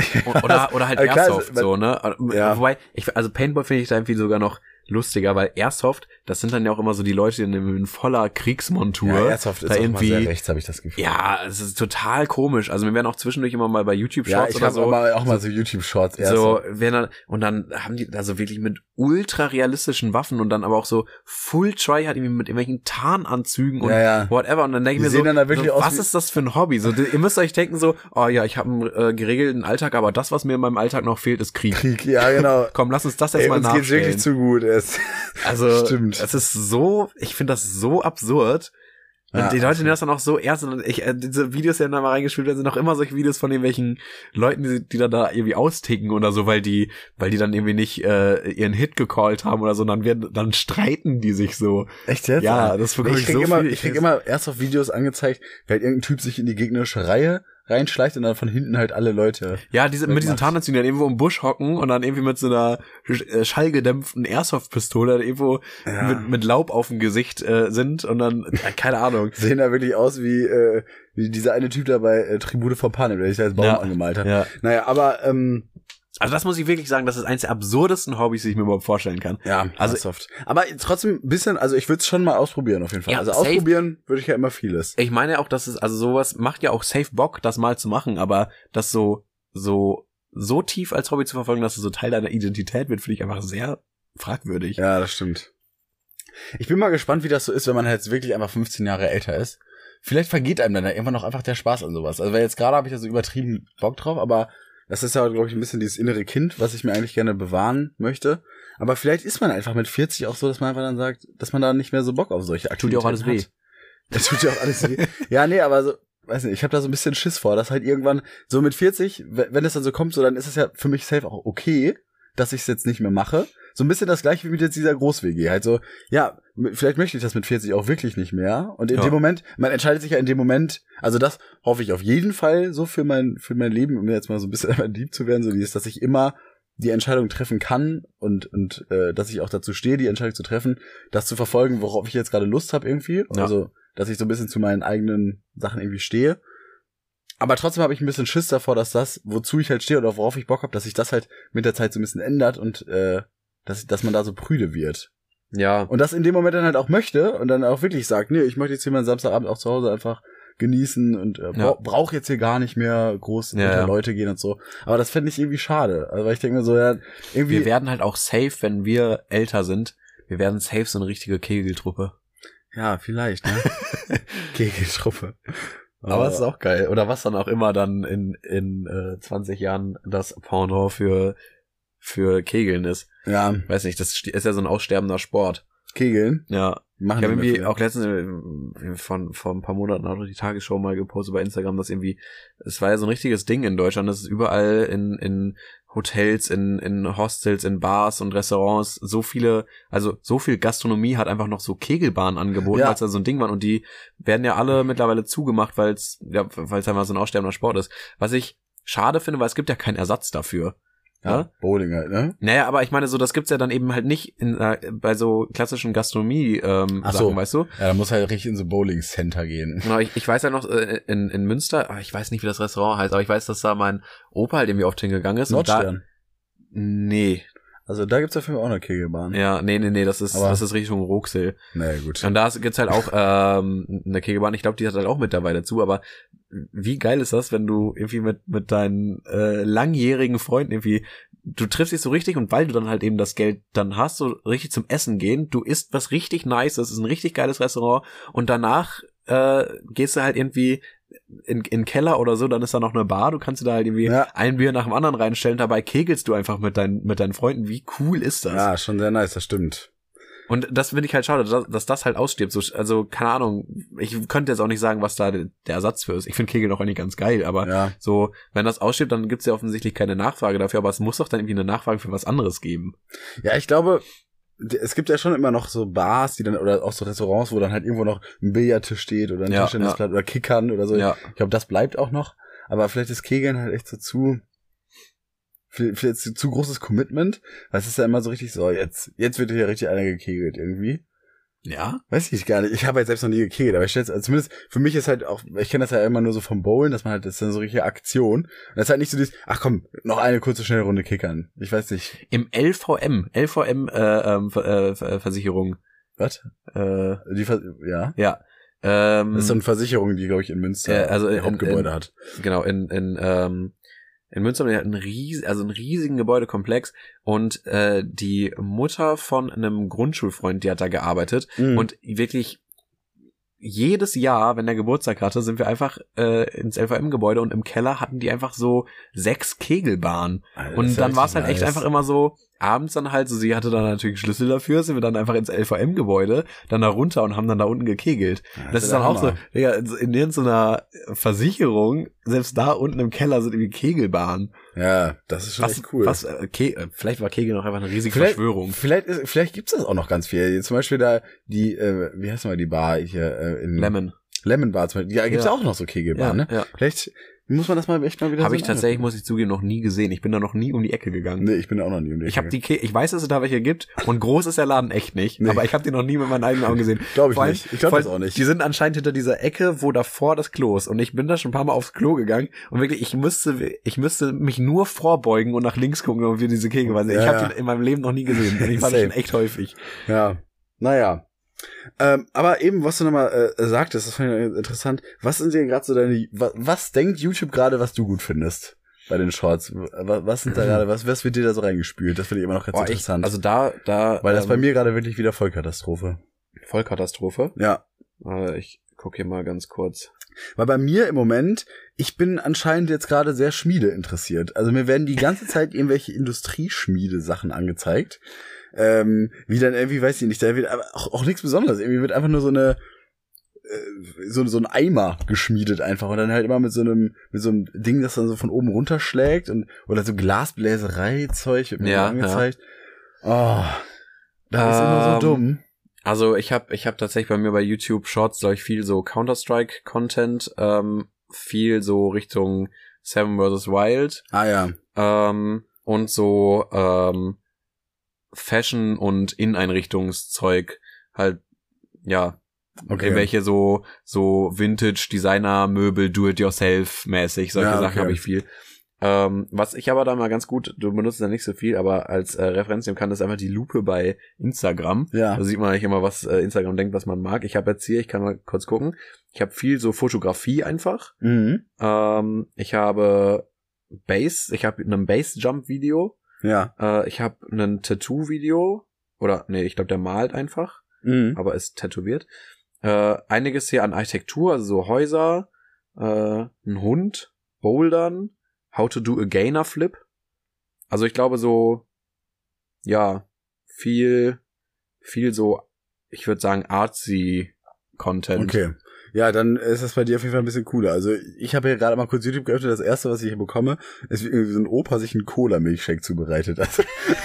Oder halt Also klar, Airsoft, so, ne? Ja. Wobei, also Paintball finde ich da irgendwie sogar noch lustiger, weil Airsoft, das sind dann ja auch immer so die Leute, die in voller Kriegsmontur Ja, Airsoft ist da auch irgendwie, mal sehr rechts, habe ich das Gefühl. ja, es ist total komisch. Also wir werden auch zwischendurch immer mal bei YouTube Ja, Shorts ich oder habe so. auch mal so YouTube-Shorts. So, und dann haben die also wirklich mit ultra realistischen Waffen und dann aber auch so Full Tryhard irgendwie mit irgendwelchen Tarnanzügen und whatever. Und dann denke ich mir so, sehen dann da wirklich aus was ist das für ein Hobby? So, ihr müsst euch denken so, oh ja, ich habe einen geregelten Alltag, aber das, was mir in meinem Alltag noch fehlt, ist Krieg. Ja, genau. Komm, lass uns das jetzt mal uns geht's nachstellen. wirklich zu gut. Also, Stimmt. es ist so, ich finde das so absurd. Und Ja, die Leute nehmen das dann auch so ernst und diese Videos, die dann da mal reingespielt werden, sind auch immer solche Videos von irgendwelchen Leuten, die dann da irgendwie austicken oder so, weil die dann irgendwie nicht ihren Hit gecallt haben oder so, dann streiten die sich so. Echt jetzt? Ja, das bekomme ich so viel. Ich krieg immer erst auf Videos angezeigt, weil irgendein Typ sich in die gegnerische Reihe reinschleicht und dann von hinten halt alle Leute. Ja, mit diesen Tarnanzügen, die dann irgendwo im Busch hocken und dann irgendwie mit so einer schallgedämpften Airsoft-Pistole irgendwo mit Laub auf dem Gesicht sind und dann, keine Ahnung. Sehen da wirklich aus wie dieser eine Typ da bei Tribute von Panem, der sich da als Baum angemalt hat. Ja. Naja, aber also das muss ich wirklich sagen, das ist eins der absurdesten Hobbys, die ich mir überhaupt vorstellen kann. ja, also Airsoft. Aber trotzdem ein bisschen, also ich würde es schon mal ausprobieren auf jeden Fall. Ja, also safe. ausprobieren würde ich ja immer vieles. Ich meine auch, dass es, also sowas macht ja auch safe Bock, das mal zu machen, aber das so tief als Hobby zu verfolgen, dass es so Teil deiner Identität wird, finde ich einfach sehr fragwürdig. Ja, das stimmt. Ich bin mal gespannt, wie das so ist, wenn man jetzt wirklich einfach 15 Jahre älter ist. Vielleicht vergeht einem dann da irgendwann noch einfach der Spaß an sowas. Also weil jetzt gerade habe ich da so übertrieben Bock drauf, aber Das ist ja, glaube ich, ein bisschen dieses innere Kind, was ich mir eigentlich gerne bewahren möchte. Aber vielleicht ist man einfach mit 40 auch so, dass man einfach dann sagt, dass man da nicht mehr so Bock auf solche Aktivitäten hat. Tut dir auch alles weh. Das tut dir auch alles weh. Ja, nee, aber so, weiß nicht, ich habe da so ein bisschen Schiss vor, dass halt irgendwann so mit 40, wenn es dann so kommt, so dann ist es ja für mich safe auch okay, dass ich es jetzt nicht mehr mache. So ein bisschen das gleiche wie mit jetzt dieser Groß-WG. Halt so, ja, vielleicht möchte ich das mit 40 auch wirklich nicht mehr. Und in dem Moment, man entscheidet sich ja in dem Moment, also das hoffe ich auf jeden Fall so für mein Leben, um jetzt mal so ein bisschen lieb zu werden, so dieses, dass ich immer die Entscheidung treffen kann und dass ich auch dazu stehe, die Entscheidung zu treffen, das zu verfolgen, worauf ich jetzt gerade Lust habe irgendwie. Ja. Also, dass ich so ein bisschen zu meinen eigenen Sachen irgendwie stehe. Aber trotzdem habe ich ein bisschen Schiss davor, dass das, wozu ich halt stehe oder worauf ich Bock habe, dass sich das halt mit der Zeit so ein bisschen ändert und dass man da so prüde wird. Ja. Und das in dem Moment dann halt auch möchte und dann auch wirklich sagt, nee, ich möchte jetzt hier meinen Samstagabend auch zu Hause einfach genießen und brauche jetzt hier gar nicht mehr groß unter Leute gehen und so. Aber das fände ich irgendwie schade. Also weil ich denke mir so, ja, irgendwie... Wir werden halt auch safe, wenn wir älter sind, wir werden safe so eine richtige Kegeltruppe. Ja, vielleicht, ne? Kegeltruppe. Aber es ist auch geil. Oder was dann auch immer dann in 20 Jahren das Pendant für Kegeln ist. Ja. Weiß nicht, das ist ja so ein aussterbender Sport. Kegeln? Ja. Ich habe irgendwie auch letztens vor ein paar Monaten auch die Tagesschau mal gepostet bei Instagram, dass irgendwie, es war ja so ein richtiges Ding in Deutschland, dass es überall in Hotels, in Hostels, in Bars und Restaurants so viel Gastronomie hat einfach noch so Kegelbahnen angeboten, weil es da so ein Ding war und die werden ja alle mittlerweile zugemacht, weil es einfach so ein aussterbender Sport ist. Was ich schade finde, weil es gibt ja keinen Ersatz dafür. Ja, Bowling halt, ne? Naja, aber ich meine so, das gibt's ja dann eben halt nicht bei so klassischen Gastronomie Sachen, weißt du? Ja, da muss halt richtig in so Bowling-Center gehen. Genau, ich weiß ja noch, in Münster, ich weiß nicht, wie das Restaurant heißt, aber ich weiß, dass da mein Opa halt irgendwie oft hingegangen ist. Nordstern? Nee. Also da gibt's dafür auch eine Kegelbahn. Ja, nee, das ist Richtung Ruxel. Naja, gut. Und da gibt's halt auch eine Kegelbahn, ich glaube, die hat halt auch mittlerweile zu, aber wie geil ist das, wenn du irgendwie mit deinen langjährigen Freunden irgendwie, du triffst dich so richtig und weil du dann halt eben das Geld dann hast, so richtig zum Essen gehen, du isst was richtig nice, das ist ein richtig geiles Restaurant und danach gehst du halt irgendwie in Keller oder so, dann ist da noch eine Bar, du kannst dir da halt irgendwie ein Bier nach dem anderen reinstellen, dabei kegelst du einfach mit deinen Freunden, wie cool ist das? Ja, schon sehr nice, das stimmt. Und das finde ich halt schade, dass das halt ausstirbt. So, also, keine Ahnung, ich könnte jetzt auch nicht sagen, was da der Ersatz für ist. Ich finde Kegeln auch eigentlich ganz geil, aber so, wenn das ausstirbt, dann gibt's ja offensichtlich keine Nachfrage dafür, aber es muss doch dann irgendwie eine Nachfrage für was anderes geben. Ja, ich glaube, es gibt ja schon immer noch so Bars, die dann, oder auch so Restaurants, wo dann halt irgendwo noch ein Billardtisch steht oder ein Tischtennisplatte oder Kickern oder so. Ja. Ich glaube, das bleibt auch noch. Aber vielleicht ist Kegeln halt echt so vielleicht zu großes Commitment, weil es ist ja immer so richtig so, jetzt wird hier richtig einer gekegelt irgendwie. Ja? Weiß ich gar nicht. Ich habe halt selbst noch nie gekegelt, aber ich stelle also zumindest für mich ist halt auch, ich kenne das ja immer nur so vom Bowlen, dass man halt, das ist dann so richtige Aktion. Und das ist halt nicht so dieses, ach komm, noch eine kurze, schnelle Runde kickern. Ich weiß nicht. Im LVM Versicherung. Was? Ja? Ja. Das ist so eine Versicherung, die, glaube ich, in Münster ein Hauptgebäude hat. Genau, in Münster haben wir einen riesigen Gebäudekomplex und die Mutter von einem Grundschulfreund, die hat da gearbeitet und wirklich jedes Jahr, wenn der Geburtstag hatte, sind wir einfach ins LVM-Gebäude und im Keller hatten die einfach so 6 Kegelbahnen. Alter, und dann war es halt echt einfach immer so, abends dann halt, so sie hatte dann natürlich Schlüssel dafür, sind wir dann einfach ins LVM-Gebäude, dann da runter und haben dann da unten gekegelt. Ja, das ist dann auch so, Digga, in irgendeiner Versicherung, selbst da unten im Keller sind irgendwie Kegelbahnen. Ja, das ist schon echt cool. Vielleicht war Kegeln auch einfach eine riesige Verschwörung. Vielleicht gibt's das auch noch ganz viel. Zum Beispiel da die, wie heißt mal die Bar hier in Lemon Bar zum Beispiel. Ja, gibt's auch noch so Kegelbahnen, ne? Ja. Vielleicht muss man das mal echt mal wieder Habe ich tatsächlich, muss ich zugeben, noch nie gesehen. Ich bin da noch nie um die Ecke gegangen. Nee, ich bin da auch noch nie um die Ecke. Ich weiß, dass es da welche gibt und groß ist der Laden echt nicht, aber ich habe den noch nie mit meinen eigenen Augen gesehen. Glaube ich nicht. Ich glaube das auch nicht. Die sind anscheinend hinter dieser Ecke, wo davor das Klo ist und ich bin da schon ein paar Mal aufs Klo gegangen und wirklich, ich müsste mich nur vorbeugen und nach links gucken, um wir diese Kegel waren. Ich habe die in meinem Leben noch nie gesehen und ich fand das schon echt häufig. Ja, naja. Aber eben, was du nochmal sagtest, das fand ich interessant. Was sind denn gerade so was denkt YouTube gerade, was du gut findest bei den Shorts? Was sind da gerade, was wird dir da so reingespült? Das finde ich immer noch ganz interessant. Also da weil das bei mir gerade wirklich wieder Vollkatastrophe. Vollkatastrophe? Ja. Ich gucke hier mal ganz kurz. Weil bei mir im Moment, ich bin anscheinend jetzt gerade sehr Schmiede interessiert. Also mir werden die ganze Zeit irgendwelche Industrieschmiede-Sachen angezeigt. Wie dann irgendwie, weiß ich nicht, da wird auch nichts Besonderes. Irgendwie wird einfach nur so ein Eimer geschmiedet einfach und dann halt immer mit so einem Ding, das dann so von oben runterschlägt oder so Glasbläserei-Zeug wird mir angezeigt. Oh, das ist immer so dumm. Also ich hab tatsächlich bei mir bei YouTube Shorts, glaube ich, viel so Counter-Strike-Content, viel so Richtung Seven vs. Wild. Ah ja. Und so Fashion- und Inneneinrichtungszeug halt, ja. Okay. Welche so Vintage-Designer-Möbel, Do-it-yourself-mäßig, solche Sachen habe ich viel. Was ich aber da mal ganz gut, du benutzt ja nicht so viel, aber als Referenz nehmen kann, ist einfach die Lupe bei Instagram. Ja. Da sieht man eigentlich immer, was Instagram denkt, was man mag. Ich habe jetzt hier, ich kann mal kurz gucken, ich habe viel so Fotografie einfach. Mhm. Ich habe ich habe ein Base-Jump-Video. Ja. Ich habe ein Tattoo-Video. Oder, nee, ich glaube, der malt einfach, aber ist tätowiert. Einiges hier an Architektur, also so Häuser, ein Hund, Bouldern, How to do a Gainer Flip. Also ich glaube so, ja, viel so, ich würde sagen, artsy Content. Okay. Ja, dann ist das bei dir auf jeden Fall ein bisschen cooler. Also ich habe hier gerade mal kurz YouTube geöffnet. Das erste, was ich hier bekomme, ist wie irgendwie so ein Opa sich einen Cola-Milchshake zubereitet. Also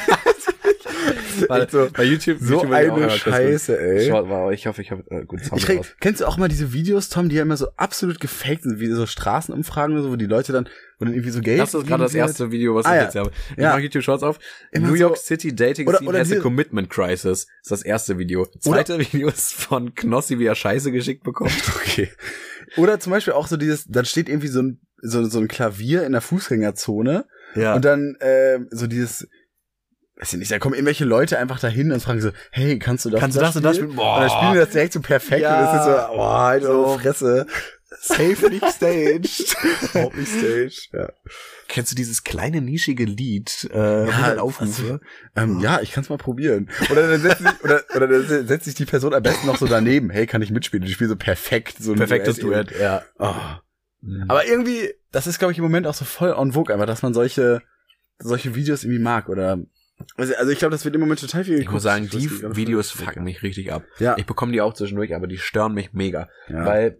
so, bei YouTube so eine Scheiße, ey. Ich hoffe, ich habe gut Sound drauf. Kennst du auch mal diese Videos, Tom, die ja immer so absolut gefaked sind, wie so Straßenumfragen oder so, wo die Leute dann irgendwie so Geld... Das ist gerade das erste Video, was ich jetzt habe. Ich mache YouTube Shorts auf. Immer New York City Dating Scene has a Commitment Crisis. Ist das erste Video. Zweite Video ist von Knossi, wie er Scheiße geschickt bekommt. Okay. Oder zum Beispiel auch so dann steht irgendwie so ein Klavier in der Fußgängerzone. Ja. Und dann so dieses... Weiß ich nicht, da kommen irgendwelche Leute einfach dahin und fragen so, hey, kannst du das und das spielen? Boah. Und dann spielen die das direkt so perfekt und das ist so, halt so Fresse. Safely staged. Safely staged, ja. Kennst du dieses kleine, nischige Lied, Aufrufe? Ja, ich kann's mal probieren. Oder dann setzt sich die Person am besten noch so daneben, hey, kann ich mitspielen? Die spielen so perfekt. So perfektes Duett, ja. Oh. Mhm. Aber irgendwie, das ist, glaube ich, im Moment auch so voll en vogue einfach, dass man solche Videos irgendwie mag oder... Also ich glaube, das wird im Moment total viel geguckt. Ich muss sagen, die Videos fucken mich richtig ab. Ja. Ich bekomme die auch zwischendurch, aber die stören mich mega. Ja. Weil,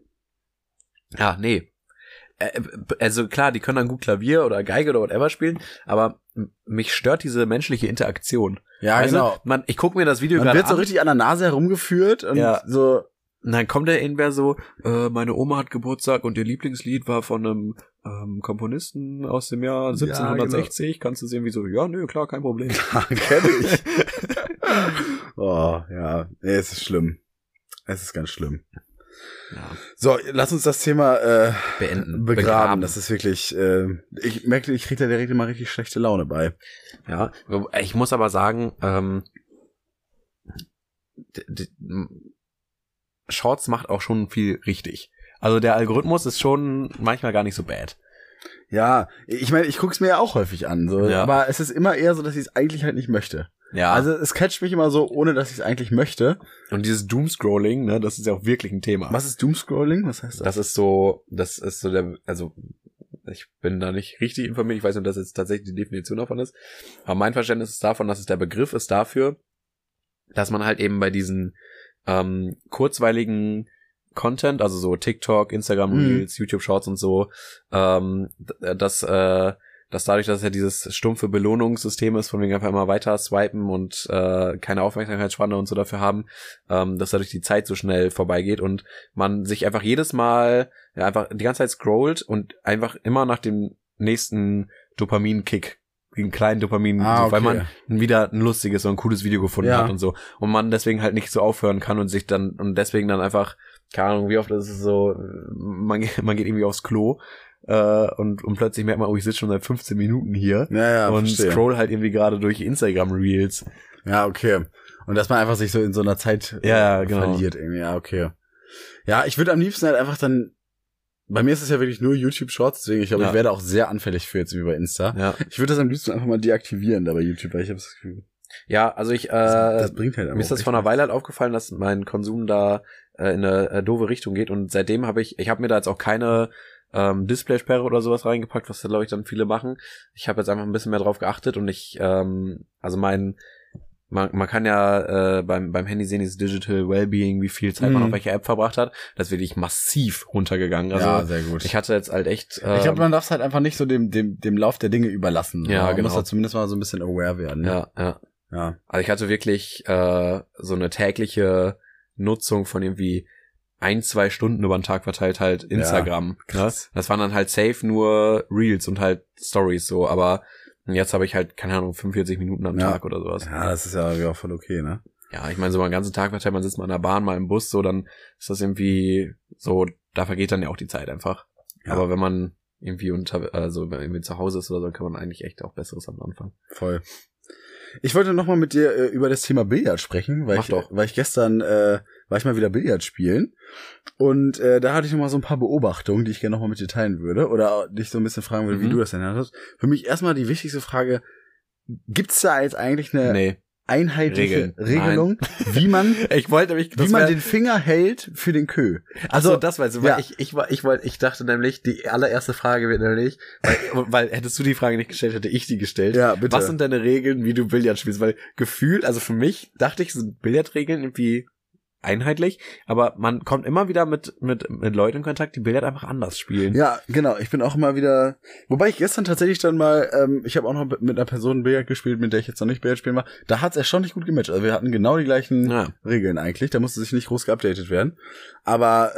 also klar, die können dann gut Klavier oder Geige oder whatever spielen, aber mich stört diese menschliche Interaktion. Ja, also, genau. Ich gucke mir das Video gerade an. Man wird so richtig an der Nase herumgeführt und so... Und dann kommt der irgendwer so, meine Oma hat Geburtstag und ihr Lieblingslied war von einem Komponisten aus dem Jahr 1760. Ja, genau. Kannst du sehen wie so, ja, nö, klar, kein Problem. Ja, kenn ich. Oh, ja, nee, es ist schlimm. Es ist ganz schlimm. Ja. So, lass uns das Thema begraben. Das ist wirklich, ich merke, ich krieg da direkt immer richtig schlechte Laune bei. Ja, ich muss aber sagen, Shorts macht auch schon viel richtig. Also der Algorithmus ist schon manchmal gar nicht so bad. Ja, ich meine, ich guck's mir ja auch häufig an, so, aber es ist immer eher so, dass ich es eigentlich halt nicht möchte. Ja. Also es catcht mich immer so, ohne dass ich es eigentlich möchte. Und dieses Doomscrolling, ne, das ist ja auch wirklich ein Thema. Was ist Doomscrolling? Was heißt das? Das ist so also ich bin da nicht richtig informiert, ich weiß nicht, ob das jetzt tatsächlich die Definition davon ist, aber mein Verständnis ist davon, dass es der Begriff ist dafür, dass man halt eben bei diesen kurzweiligen Content, also so TikTok, Instagram Reels, YouTube Shorts und so, dass dadurch, dass es ja dieses stumpfe Belohnungssystem ist, von wegen einfach immer weiter swipen und keine Aufmerksamkeitsspanne und so dafür haben, dass dadurch die Zeit so schnell vorbeigeht und man sich einfach jedes Mal einfach die ganze Zeit scrollt und einfach immer nach dem nächsten Dopaminkick, einen kleinen Dopamin, okay. Weil man wieder ein lustiges und ein cooles Video gefunden hat und so. Und man deswegen halt nicht so aufhören kann und sich dann, und deswegen dann einfach, keine Ahnung, wie oft ist es so, man geht irgendwie aufs Klo, und plötzlich merkt man, oh, ich sitze schon seit 15 Minuten hier und scroll halt irgendwie gerade durch Instagram Reels. Ja, okay. Und dass man einfach sich so in so einer Zeit verliert irgendwie. Ja, okay. Ja, ich würde am liebsten halt einfach dann, bei mir ist es ja wirklich nur YouTube Shorts, deswegen ich glaube, ich werde auch sehr anfällig für jetzt wie bei Insta. Ja. Ich würde das am liebsten einfach mal deaktivieren da bei YouTube, weil ich habe das Gefühl. Ja, also das bringt halt mir ist das vor einer Weile halt aufgefallen, dass mein Konsum da in eine doofe Richtung geht und seitdem habe ich mir da jetzt auch keine Displaysperre oder sowas reingepackt, was da glaube ich dann viele machen. Ich habe jetzt einfach ein bisschen mehr drauf geachtet und man kann ja beim Handy sehen, dieses Digital Wellbeing, wie viel Zeit man auf welcher App verbracht hat. Das ist wirklich massiv runtergegangen. Also ja, sehr gut. Ich hatte jetzt halt echt... ich glaube, man darf es halt einfach nicht so dem Lauf der Dinge überlassen. Ja, man genau. muss da zumindest mal so ein bisschen aware werden. Ne? Ja. Also ich hatte wirklich so eine tägliche Nutzung von irgendwie 1-2 Stunden über den Tag verteilt halt Instagram. Ja, ne? Das waren dann halt safe nur Reels und halt Stories so, aber jetzt habe ich halt, keine Ahnung, 45 Minuten am Tag oder sowas. Ja, das ist ja auch voll okay, ne? Ja, ich meine, so mal den ganzen Tag verteilt, man sitzt mal in der Bahn, mal im Bus, so, dann ist das irgendwie so, da vergeht dann ja auch die Zeit einfach. Ja. Aber wenn man irgendwie wenn man zu Hause ist oder so, kann man eigentlich echt auch Besseres am Anfang. Voll. Ich wollte noch mal mit dir über das Thema Billard sprechen, weil ich gestern war ich mal wieder Billard spielen und da hatte ich noch mal so ein paar Beobachtungen, die ich gerne noch mal mit dir teilen würde oder dich so ein bisschen fragen würde, wie du das denn hattest. Für mich erstmal die wichtigste Frage: Gibt's da jetzt eigentlich eine einheitliche Regelung, wie man den Finger hält für den Kö? Also das weißt du, weil ich dachte nämlich, die allererste Frage wird nämlich, weil hättest du die Frage nicht gestellt, hätte ich die gestellt. Ja, bitte. Was sind deine Regeln, wie du Billard spielst? Weil gefühlt, also für mich dachte ich, sind Billardregeln irgendwie einheitlich, aber man kommt immer wieder mit Leuten in Kontakt, die Billard einfach anders spielen. Ja, genau. Ich bin auch immer wieder, wobei ich gestern tatsächlich dann mal, ich habe auch noch mit einer Person Billard gespielt, mit der ich jetzt noch nicht Billard spielen war. Da hat's erstaunlich gut gematcht. Also wir hatten genau die gleichen Regeln eigentlich. Da musste sich nicht groß geupdatet werden. Aber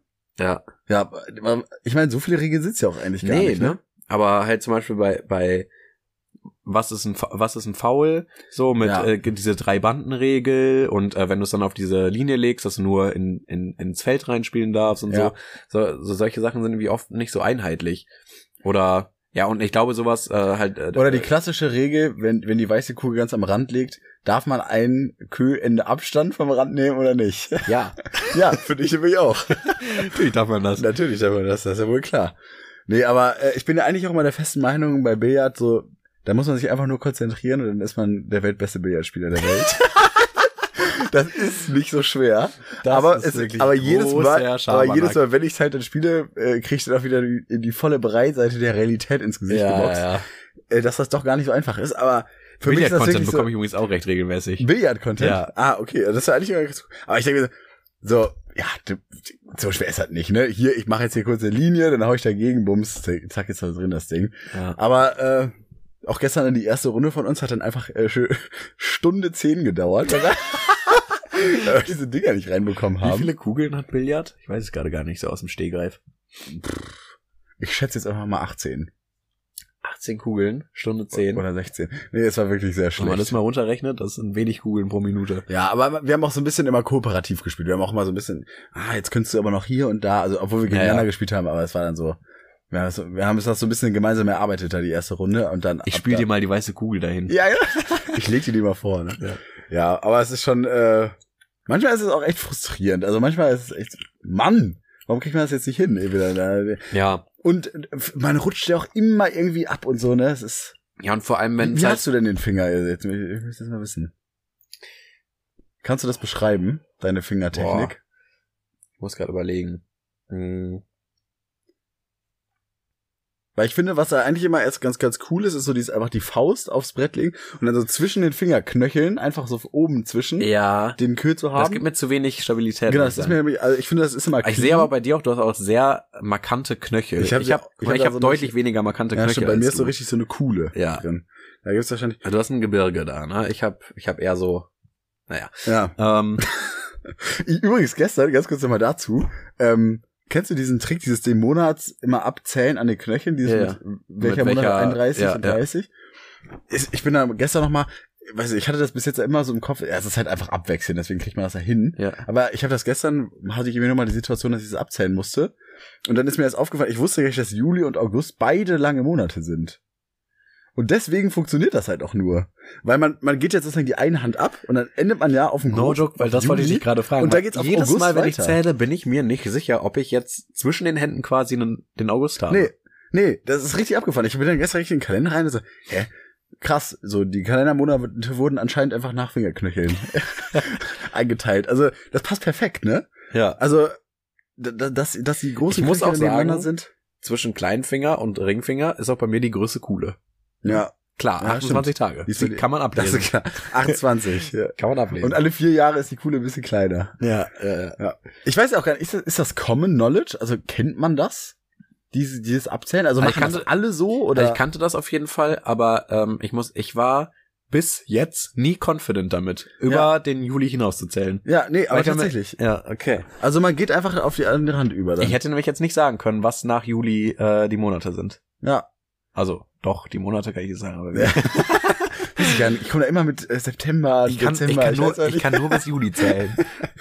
ich meine, so viele Regeln sind's ja auch eigentlich gar nicht. Ne? Aber halt zum Beispiel bei was ist ein Foul, so mit diese 3-Banden-Regel und wenn du es dann auf diese Linie legst, dass du nur ins Feld reinspielen darfst und so solche Sachen sind irgendwie oft nicht so einheitlich. Oder und ich glaube sowas oder die klassische Regel, wenn die weiße Kugel ganz am Rand liegt, darf man ein Kühlende Abstand vom Rand nehmen oder nicht? Ja. Ja, finde ich nämlich auch. Natürlich darf man das. Natürlich darf man das ist ja wohl klar. Nee, aber ich bin ja eigentlich auch immer der festen Meinung bei Billard so, da muss man sich einfach nur konzentrieren und dann ist man der weltbeste Billardspieler der Welt. Das ist nicht so schwer. Aber jedes Mal, wenn ich es halt dann spiele, kriege ich dann auch wieder die volle Breitseite der Realität ins Gesicht geboxt. Ja. Dass das doch gar nicht so einfach ist. Aber für mich ist das Billard-Content bekomme ich übrigens auch recht regelmäßig. Billard-Content? Ja. Ah, okay. Das ist ja eigentlich immer ganz cool. Aber ich denke so, so schwer ist das nicht, ne? Hier, ich mache jetzt hier kurz eine Linie, dann hau ich dagegen, bums, zack, ist da drin das Ding. Ja. Aber auch gestern in die erste Runde von uns hat dann einfach Stunde 10 gedauert, weil wir diese Dinger nicht reinbekommen haben. Wie viele Kugeln hat Billard? Ich weiß es gerade gar nicht, so aus dem Stehgreif. Ich schätze jetzt einfach mal 18. 18 Kugeln, Stunde 10. Oder 16. Nee, es war wirklich sehr schlecht. Wenn man das mal runterrechnet, das sind wenig Kugeln pro Minute. Ja, aber wir haben auch so ein bisschen immer kooperativ gespielt. Wir haben auch mal so ein bisschen, jetzt könntest du aber noch hier und da, also obwohl wir gegeneinander gespielt haben, aber es war dann so, wir haben es auch so ein bisschen gemeinsam erarbeitet, da die erste Runde und dann. Ich spiele dir mal die weiße Kugel dahin. Ja. Ich leg dir die mal vor, ne? Ja, aber es ist schon, manchmal ist es auch echt frustrierend. Also manchmal ist es echt, Mann, warum kriegt man das jetzt nicht hin? Ja. Und man rutscht ja auch immer irgendwie ab und so, ne? Es ist. Ja, und vor allem, wenn. Wie hast du denn den Finger jetzt? Ich möchte das mal wissen. Kannst du das beschreiben, deine Fingertechnik? Boah. Ich muss gerade überlegen. Weil ich finde, was da eigentlich immer erst ganz, ganz cool ist, ist so einfach die Faust aufs Brett legen und dann so zwischen den Fingerknöcheln einfach so oben zwischen den Kö zu haben. Das gibt mir zu wenig Stabilität. Genau, das ist mir, also ich finde, das ist immer clean. Ich sehe aber bei dir auch, du hast auch sehr markante Knöchel. Ich habe so deutlich weniger markante Knöchel. Stimmt, bei mir ist so richtig so eine Kuhle drin. Da gibt's wahrscheinlich. Also du hast ein Gebirge da, ne? Ich hab eher so, naja. Ja. Übrigens gestern, ganz kurz nochmal dazu, kennst du diesen Trick, den Monats immer abzählen an den Knöcheln, mit welcher Monat 31 und 30? Ich bin da gestern nochmal, ich hatte das bis jetzt immer so im Kopf, es ist halt einfach abwechseln, deswegen kriegt man das ja hin. Ja. Aber ich habe das gestern, hatte ich irgendwie nochmal die Situation, dass ich es abzählen musste. Und dann ist mir das aufgefallen, ich wusste gar nicht, dass Juli und August beide lange Monate sind. Und deswegen funktioniert das halt auch nur. Weil man geht jetzt sozusagen die eine Hand ab und dann endet man ja auf dem No joke, weil das wollte ich dich gerade fragen. Und da geht's auf jedes August Mal, wenn weiter. Ich zähle, bin ich mir nicht sicher, ob ich jetzt zwischen den Händen quasi den August habe. Nee, das ist richtig abgefahren. Ich bin dann gestern richtig in den Kalender rein und so, krass, so die Kalendermonate wurden anscheinend einfach nach Fingerknöcheln eingeteilt. Also das passt perfekt, ne? Ja. Also dass die großen Ich muss auch nebeneinander sagen, sind. Zwischen Kleinfinger und Ringfinger ist auch bei mir die Größe Kuhle. Ja. Klar, Ja, 28 Tage. Die kann man Das ablesen. ist klar. 28. Ja. Kann man ablesen. Und alle 4 Jahre ist die Kuhle ein bisschen kleiner. ja. Ich weiß auch gar nicht, ist das Common Knowledge? Also kennt man das? Dieses Abzählen? Also Also ich machen das alle so? Oder? Also ich kannte das auf jeden Fall, aber ich war bis jetzt nie confident damit, über den Juli hinauszuzählen. Ja, nee, aber Weil ich hab mir- tatsächlich. Ja, okay. Also man geht einfach auf die andere Hand über dann. Ich hätte nämlich jetzt nicht sagen können, was nach Juli die Monate sind. Ja. Also, doch, die Monate kann ich jetzt sagen. Aber Ja. Weiß ich gar nicht. Ich komme da immer mit September, ich kann Dezember. ich kann nur bis Juli zählen.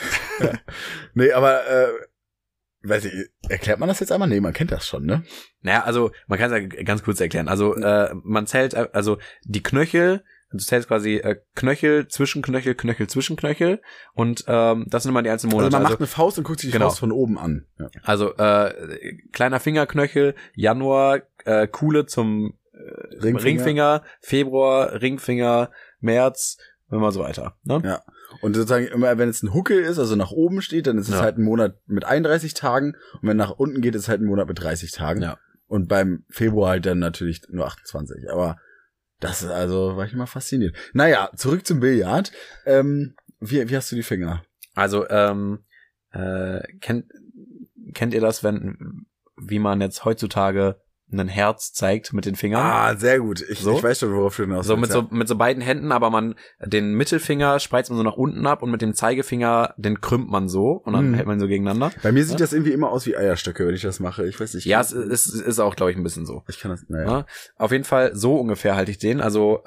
Nee, aber weiß ich, erklärt man das jetzt einmal? Nee, man kennt das schon, ne? Naja, also man kann es ja ganz kurz erklären. Also man zählt, also die Knöchel, du zählst quasi Knöchel, Zwischenknöchel, Knöchel, Zwischenknöchel und das sind immer die einzelnen Monate. Also man macht eine Faust und guckt sich die genau. Faust von oben an. Ja. Also kleiner Fingerknöchel, Januar, Kuhle zum Ringfinger, Februar, Ringfinger, März, immer so weiter. Ne? Ja. Und sozusagen immer, wenn es ein Huckel ist, also nach oben steht, dann ist es halt ein Monat mit 31 Tagen. Und wenn nach unten geht, ist es halt ein Monat mit 30 Tagen. Ja. Und beim Februar halt dann natürlich nur 28. Aber das ist also, war ich immer fasziniert. Naja, zurück zum Billard. Wie hast du die Finger? Also, kennt ihr das, wie man jetzt heutzutage ein Herz zeigt mit den Fingern? Ah, sehr gut. Ich weiß schon, worauf du hinaus willst. Mit so beiden Händen, aber den Mittelfinger spreizt man so nach unten ab und mit dem Zeigefinger, den krümmt man so und dann hält man so gegeneinander. Bei mir sieht das irgendwie immer aus wie Eierstöcke, wenn ich das mache. Ich weiß nicht. Ja, es ist auch, glaube ich, ein bisschen so. Ich kann das, naja. Ja, auf jeden Fall, so ungefähr halte ich den. Also,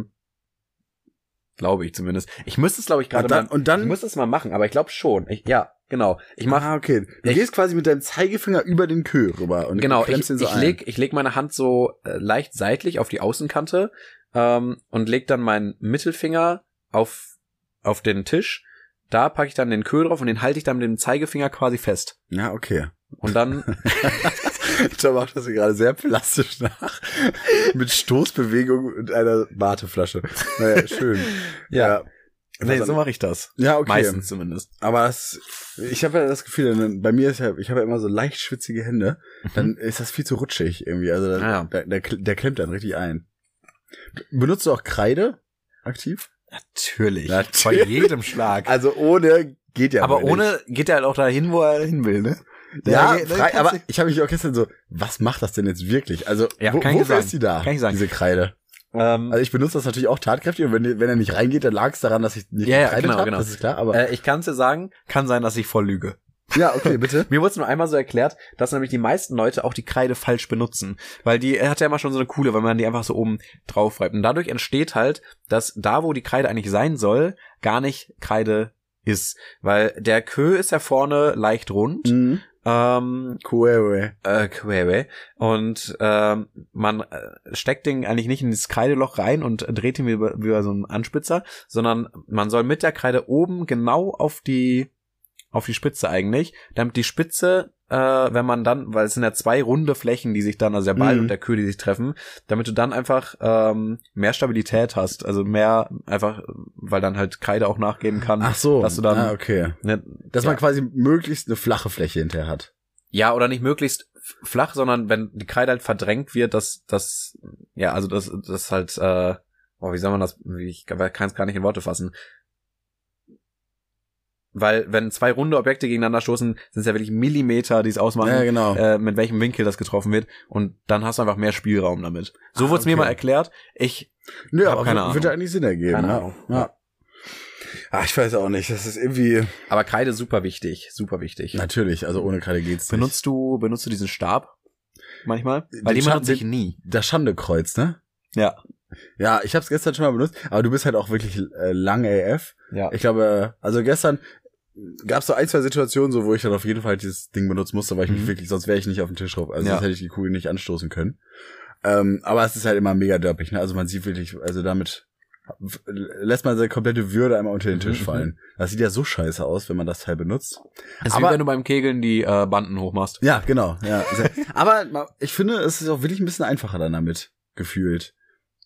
glaube ich zumindest. Ich müsste es, glaube ich, gerade ich müsste es mal machen, aber ich glaube schon. Genau. Ich mache. Okay. Du gehst quasi mit deinem Zeigefinger über den Queue rüber und genau. klemmst den so ein. Ich leg meine Hand so leicht seitlich auf die Außenkante und leg dann meinen Mittelfinger auf den Tisch. Da packe ich dann den Queue drauf und den halte ich dann mit dem Zeigefinger quasi fest. Ja, okay. Und dann Da macht das gerade sehr plastisch nach. Mit Stoßbewegung und einer Mateflasche. Naja, schön. Ja. Nee, so mache ich das. Ja, okay. Meistens zumindest. Aber ich habe ja das Gefühl, bei mir ich habe ja immer so leicht schwitzige Hände, dann ist das viel zu rutschig irgendwie. Also der klemmt dann richtig ein. Benutzt du auch Kreide aktiv? Natürlich. Bei jedem Schlag. Also ohne geht ja aber nicht. ohne geht er halt auch dahin, wo er hin will, ne? Ja, aber ich habe mich auch gestern so, was macht das denn jetzt wirklich? Also wofür ist die da, kann ich sagen. diese Kreide? Also ich benutze das natürlich auch tatkräftig und wenn er nicht reingeht, dann lag es daran, dass ich nicht gekreidet habe, das ist klar. Aber ich kann es dir sagen, kann sein, dass ich voll lüge. Ja, okay, bitte. Mir wurde es nur einmal so erklärt, dass nämlich die meisten Leute auch die Kreide falsch benutzen. Weil er hat ja immer schon so eine Kuhle, weil man die einfach so oben drauf reibt. Und dadurch entsteht halt, dass da, wo die Kreide eigentlich sein soll, gar nicht Kreide ist. Weil der Queue ist ja vorne leicht rund. Mhm. Queue. Und man steckt den eigentlich nicht in das Kreideloch rein und dreht ihn wie so ein Anspitzer, sondern man soll mit der Kreide oben genau auf die Spitze eigentlich, damit die Spitze, wenn man dann, weil es sind ja 2 runde Flächen, die sich dann, also der Ball und der Queue, die sich treffen, damit du dann einfach mehr Stabilität hast, also mehr einfach, weil dann halt Kreide auch nachgeben kann. Ach so, dass du dann, okay. Dass man quasi möglichst eine flache Fläche hinterher hat. Ja, oder nicht möglichst flach, sondern wenn die Kreide halt verdrängt wird, das halt, wie soll man das, ich kann es gar nicht in Worte fassen. Weil, wenn 2 runde Objekte gegeneinander stoßen, sind es ja wirklich Millimeter, die es ausmachen, ja, genau. Mit welchem Winkel das getroffen wird. Und dann hast du einfach mehr Spielraum damit. So wurde es mir mal erklärt. Nö, aber keine Ahnung. Würde ja eigentlich Sinn ergeben. Keine Ahnung. Ja. Ach, ich weiß auch nicht. Das ist irgendwie. Aber Kreide super wichtig. Super wichtig. Natürlich, also ohne Kreide geht's nicht. Benutzt du diesen Stab manchmal? Weil den benutze ich nie. Das Schandekreuz, ne? Ja. Ja, ich hab's gestern schon mal benutzt, aber du bist halt auch wirklich lang AF. Ja. Ich glaube, also gestern gab's so 1, 2 Situationen, so wo ich dann auf jeden Fall dieses Ding benutzen musste, weil ich mich wirklich, sonst wäre ich nicht auf den Tisch drauf. Also sonst hätte ich die Kugel nicht anstoßen können. Aber es ist halt immer mega dörpig, ne? Also man sieht wirklich, also damit lässt man seine komplette Würde einmal unter den Tisch fallen. Das sieht ja so scheiße aus, wenn man das Teil benutzt. Das ist wie wenn du beim Kegeln die Banden hochmachst. Ja, genau. Ja. Aber ich finde, es ist auch wirklich ein bisschen einfacher dann damit gefühlt.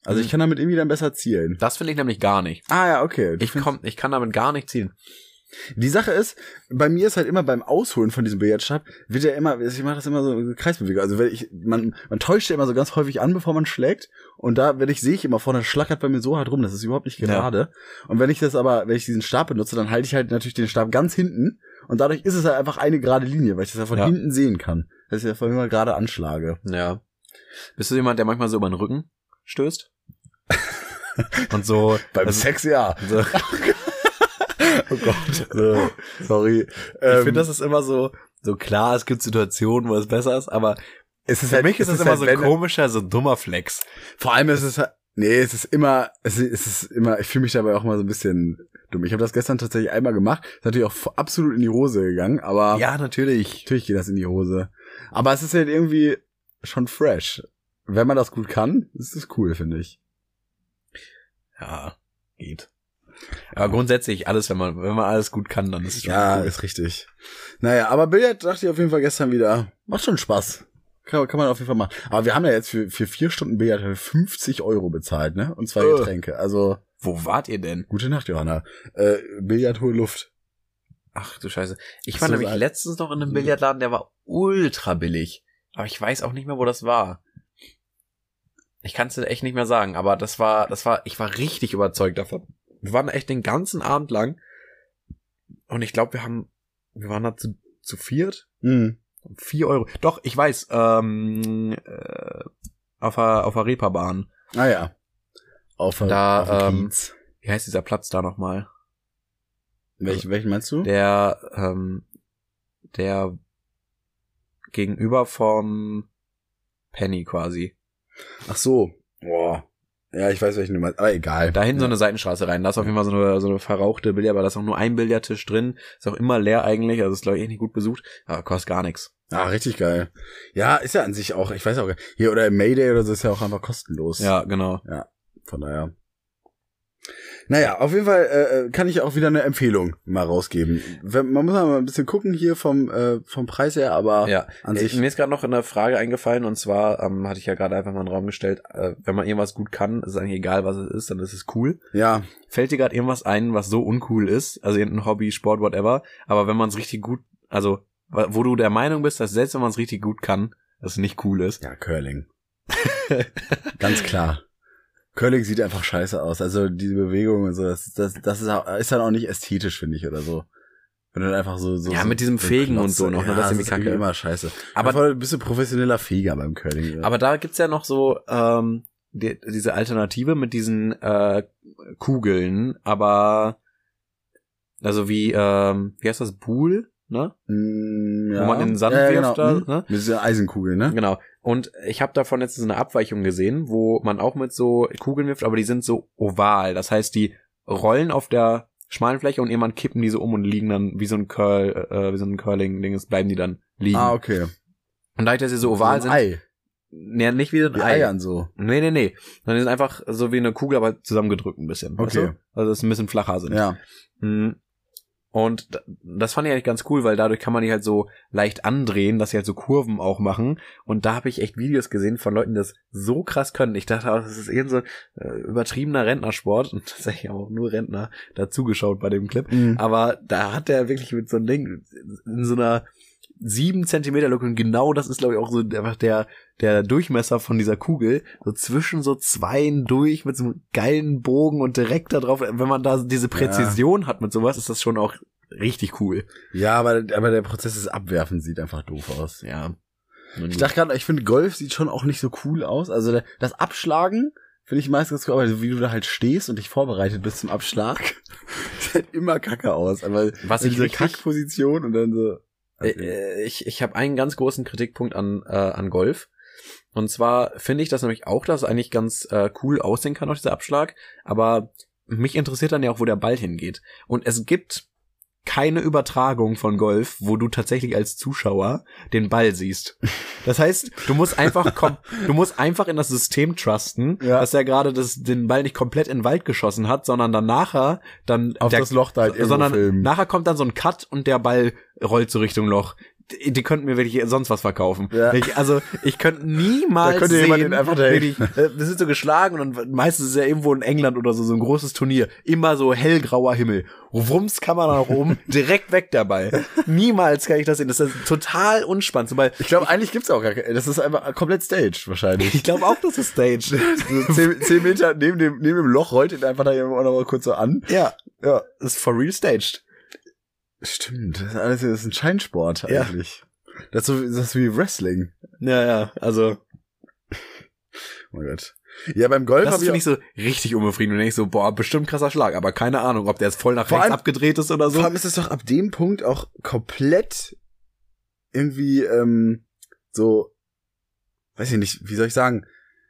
Also ich kann damit irgendwie dann besser zielen. Das finde ich nämlich gar nicht. Ah ja, okay. Ich kann damit gar nicht zielen. Die Sache ist, bei mir ist halt immer beim Ausholen von diesem Billardstab, wird ja immer, ich mache das immer so Kreisbewegung. Also man täuscht ja immer so ganz häufig an, bevor man schlägt. Und da, sehe ich immer vorne, das schlackert bei mir so hart rum, das ist überhaupt nicht gerade. Ja. Und wenn ich diesen Stab benutze, dann halte ich halt natürlich den Stab ganz hinten. Und dadurch ist es halt einfach eine gerade Linie, weil ich das ja von hinten sehen kann. Das ist ja von mir mal gerade anschlage. Ja. Bist du jemand, der manchmal so über den Rücken stößt? Und so. Beim Sex, ja. So. Oh Gott. Sorry. Ich finde, das ist immer so klar, es gibt Situationen, wo es besser ist, aber für mich ist das immer so ein komischer, so dummer Flex. Vor allem ist es halt, es ist immer, ich fühle mich dabei auch mal so ein bisschen dumm. Ich habe das gestern tatsächlich einmal gemacht, ist natürlich auch absolut in die Hose gegangen, aber. Ja, natürlich. Natürlich geht das in die Hose. Aber es ist halt irgendwie schon fresh. Wenn man das gut kann, ist es cool, finde ich. Ja, geht. Aber grundsätzlich alles, wenn man alles gut kann, dann ist es schon cool. Ist richtig. Naja, aber Billard dachte ich auf jeden Fall gestern wieder, macht schon Spaß. Kann man auf jeden Fall machen. Aber wir haben ja jetzt für 4 Stunden Billard 50 € bezahlt, ne? Und 2 Getränke. Also. Wo wart ihr denn? Gute Nacht, Johanna. Billard, hohe Luft. Ach du Scheiße. Ich war nämlich letztens noch in einem Billardladen, der war ultra billig. Aber ich weiß auch nicht mehr, wo das war. Ich kann es dir echt nicht mehr sagen, aber ich war richtig überzeugt davon. Wir waren echt den ganzen Abend lang und ich glaube, wir waren da zu viert. 4 €. Doch, ich weiß, auf der Reeperbahn. Ah ja. Auf der Kiez. Wie heißt dieser Platz da nochmal? Welchen meinst du? Der gegenüber vom Penny quasi. Ach so. Boah. Ja, ich weiß, welchen du meinst, aber egal. Dahin so eine Seitenstraße rein. Da ist auf jeden Fall so eine verrauchte Billard, aber da ist auch nur ein Billardtisch drin. Ist auch immer leer eigentlich, also ist glaube ich echt nicht gut besucht, aber kostet gar nichts. Ah, richtig geil. Ja, ist ja an sich auch, ich weiß auch, hier oder im Mayday oder so ist ja auch einfach kostenlos. Ja, genau. Ja, von daher. Naja, auf jeden Fall kann ich auch wieder eine Empfehlung mal rausgeben. Man muss mal ein bisschen gucken hier vom Preis her, aber ja, an sich. Mir ist gerade noch eine Frage eingefallen und zwar hatte ich ja gerade einfach mal in den Raum gestellt, wenn man irgendwas gut kann, ist eigentlich egal, was es ist, dann ist es cool. Ja. Fällt dir gerade irgendwas ein, was so uncool ist, also irgendein Hobby, Sport, whatever, aber wenn man es richtig gut, also wo du der Meinung bist, dass selbst wenn man es richtig gut kann, das nicht cool ist? Ja, Curling. Ganz klar. Curling sieht einfach scheiße aus. Also diese Bewegung und so, das ist dann auch nicht ästhetisch, finde ich, oder so. Wenn du dann einfach so ja, mit diesem Fegen und so noch, ja, das ist irgendwie immer scheiße. Aber ein bisschen professioneller Feger beim Curling. Ja. Aber da gibt's ja noch so diese Alternative mit diesen Kugeln, aber also wie heißt das, Pool, ne? Ja. Wo man in den Sand wirft, genau. da, ne? Mit dieser Eisenkugel, ne? Genau. Und ich habe davon jetzt so eine Abweichung gesehen, wo man auch mit so Kugeln wirft, aber die sind so oval. Das heißt, die rollen auf der schmalen Fläche und irgendwann kippen die so um und liegen dann wie so ein Curling-Ding, bleiben die dann liegen. Ah, okay. Und dadurch, dass sie so oval sind. Ei. Nee, nicht wie so ein Ei. Eiern so. Nee. Dann sind einfach so wie eine Kugel, aber zusammengedrückt ein bisschen. Okay. Weißt du? Also, dass es ein bisschen flacher sind. Ja. Und das fand ich eigentlich ganz cool, weil dadurch kann man die halt so leicht andrehen, dass sie halt so Kurven auch machen. Und da habe ich echt Videos gesehen von Leuten, die das so krass können. Ich dachte, das ist irgend so übertriebener Rentnersport und tatsächlich auch nur Rentner dazugeschaut bei dem Clip. Mhm. Aber da hat der wirklich mit so einem Ding in so einer 7 Zentimeter Lücke, und genau das ist, glaube ich, auch so einfach der Durchmesser von dieser Kugel, so zwischen so zweien durch mit so einem geilen Bogen und direkt da drauf, wenn man da diese Präzision hat mit sowas, ist das schon auch richtig cool. Ja, aber der Prozess des Abwerfens sieht einfach doof aus. Ja. Ich dachte gerade, ich finde Golf sieht schon auch nicht so cool aus, also das Abschlagen finde ich meistens ganz cool, aber wie du da halt stehst und dich vorbereitet bist zum Abschlag, sieht halt immer kacke aus, aber was ich diese Kackposition und dann so. Ich habe einen ganz großen Kritikpunkt an Golf. Und zwar finde ich das nämlich auch, dass es eigentlich ganz cool aussehen kann, auch dieser Abschlag. Aber mich interessiert dann ja auch, wo der Ball hingeht. Und es gibt keine Übertragung von Golf, wo du tatsächlich als Zuschauer den Ball siehst. Das heißt, du musst einfach in das System trusten, dass er gerade den Ball nicht komplett in den Wald geschossen hat, sondern dann nachher auf das Loch da halt irgendwo filmen. Nachher kommt dann so ein Cut und der Ball rollt so Richtung Loch. die könnten mir wirklich sonst was verkaufen. Ja. Ich könnte niemals da könnte sehen, jemand einfach wirklich, wir sind so geschlagen und meistens ist ja irgendwo in England oder so ein großes Turnier. Immer so hellgrauer Himmel. Wumms kann man nach oben, direkt weg dabei. Niemals kann ich das sehen. Das ist total unspannend. Ich glaube, eigentlich gibt's auch gar keine. Das ist einfach komplett staged wahrscheinlich. Ich glaube auch, das ist staged. So 10 Meter neben dem Loch rollt ihn einfach da jemand noch mal kurz so an. Ja, das ist for real staged. Stimmt, das ist ein Scheinsport eigentlich. Ja. Das ist wie Wrestling. Ja, also. Oh mein Gott. Ja, beim Golf das finde ich so richtig unbefriedigend. Und denke ich so, boah, bestimmt krasser Schlag, aber keine Ahnung, ob der jetzt voll nach rechts abgedreht ist oder so. Vor allem ist es doch ab dem Punkt auch komplett irgendwie so, weiß ich nicht, wie soll ich sagen,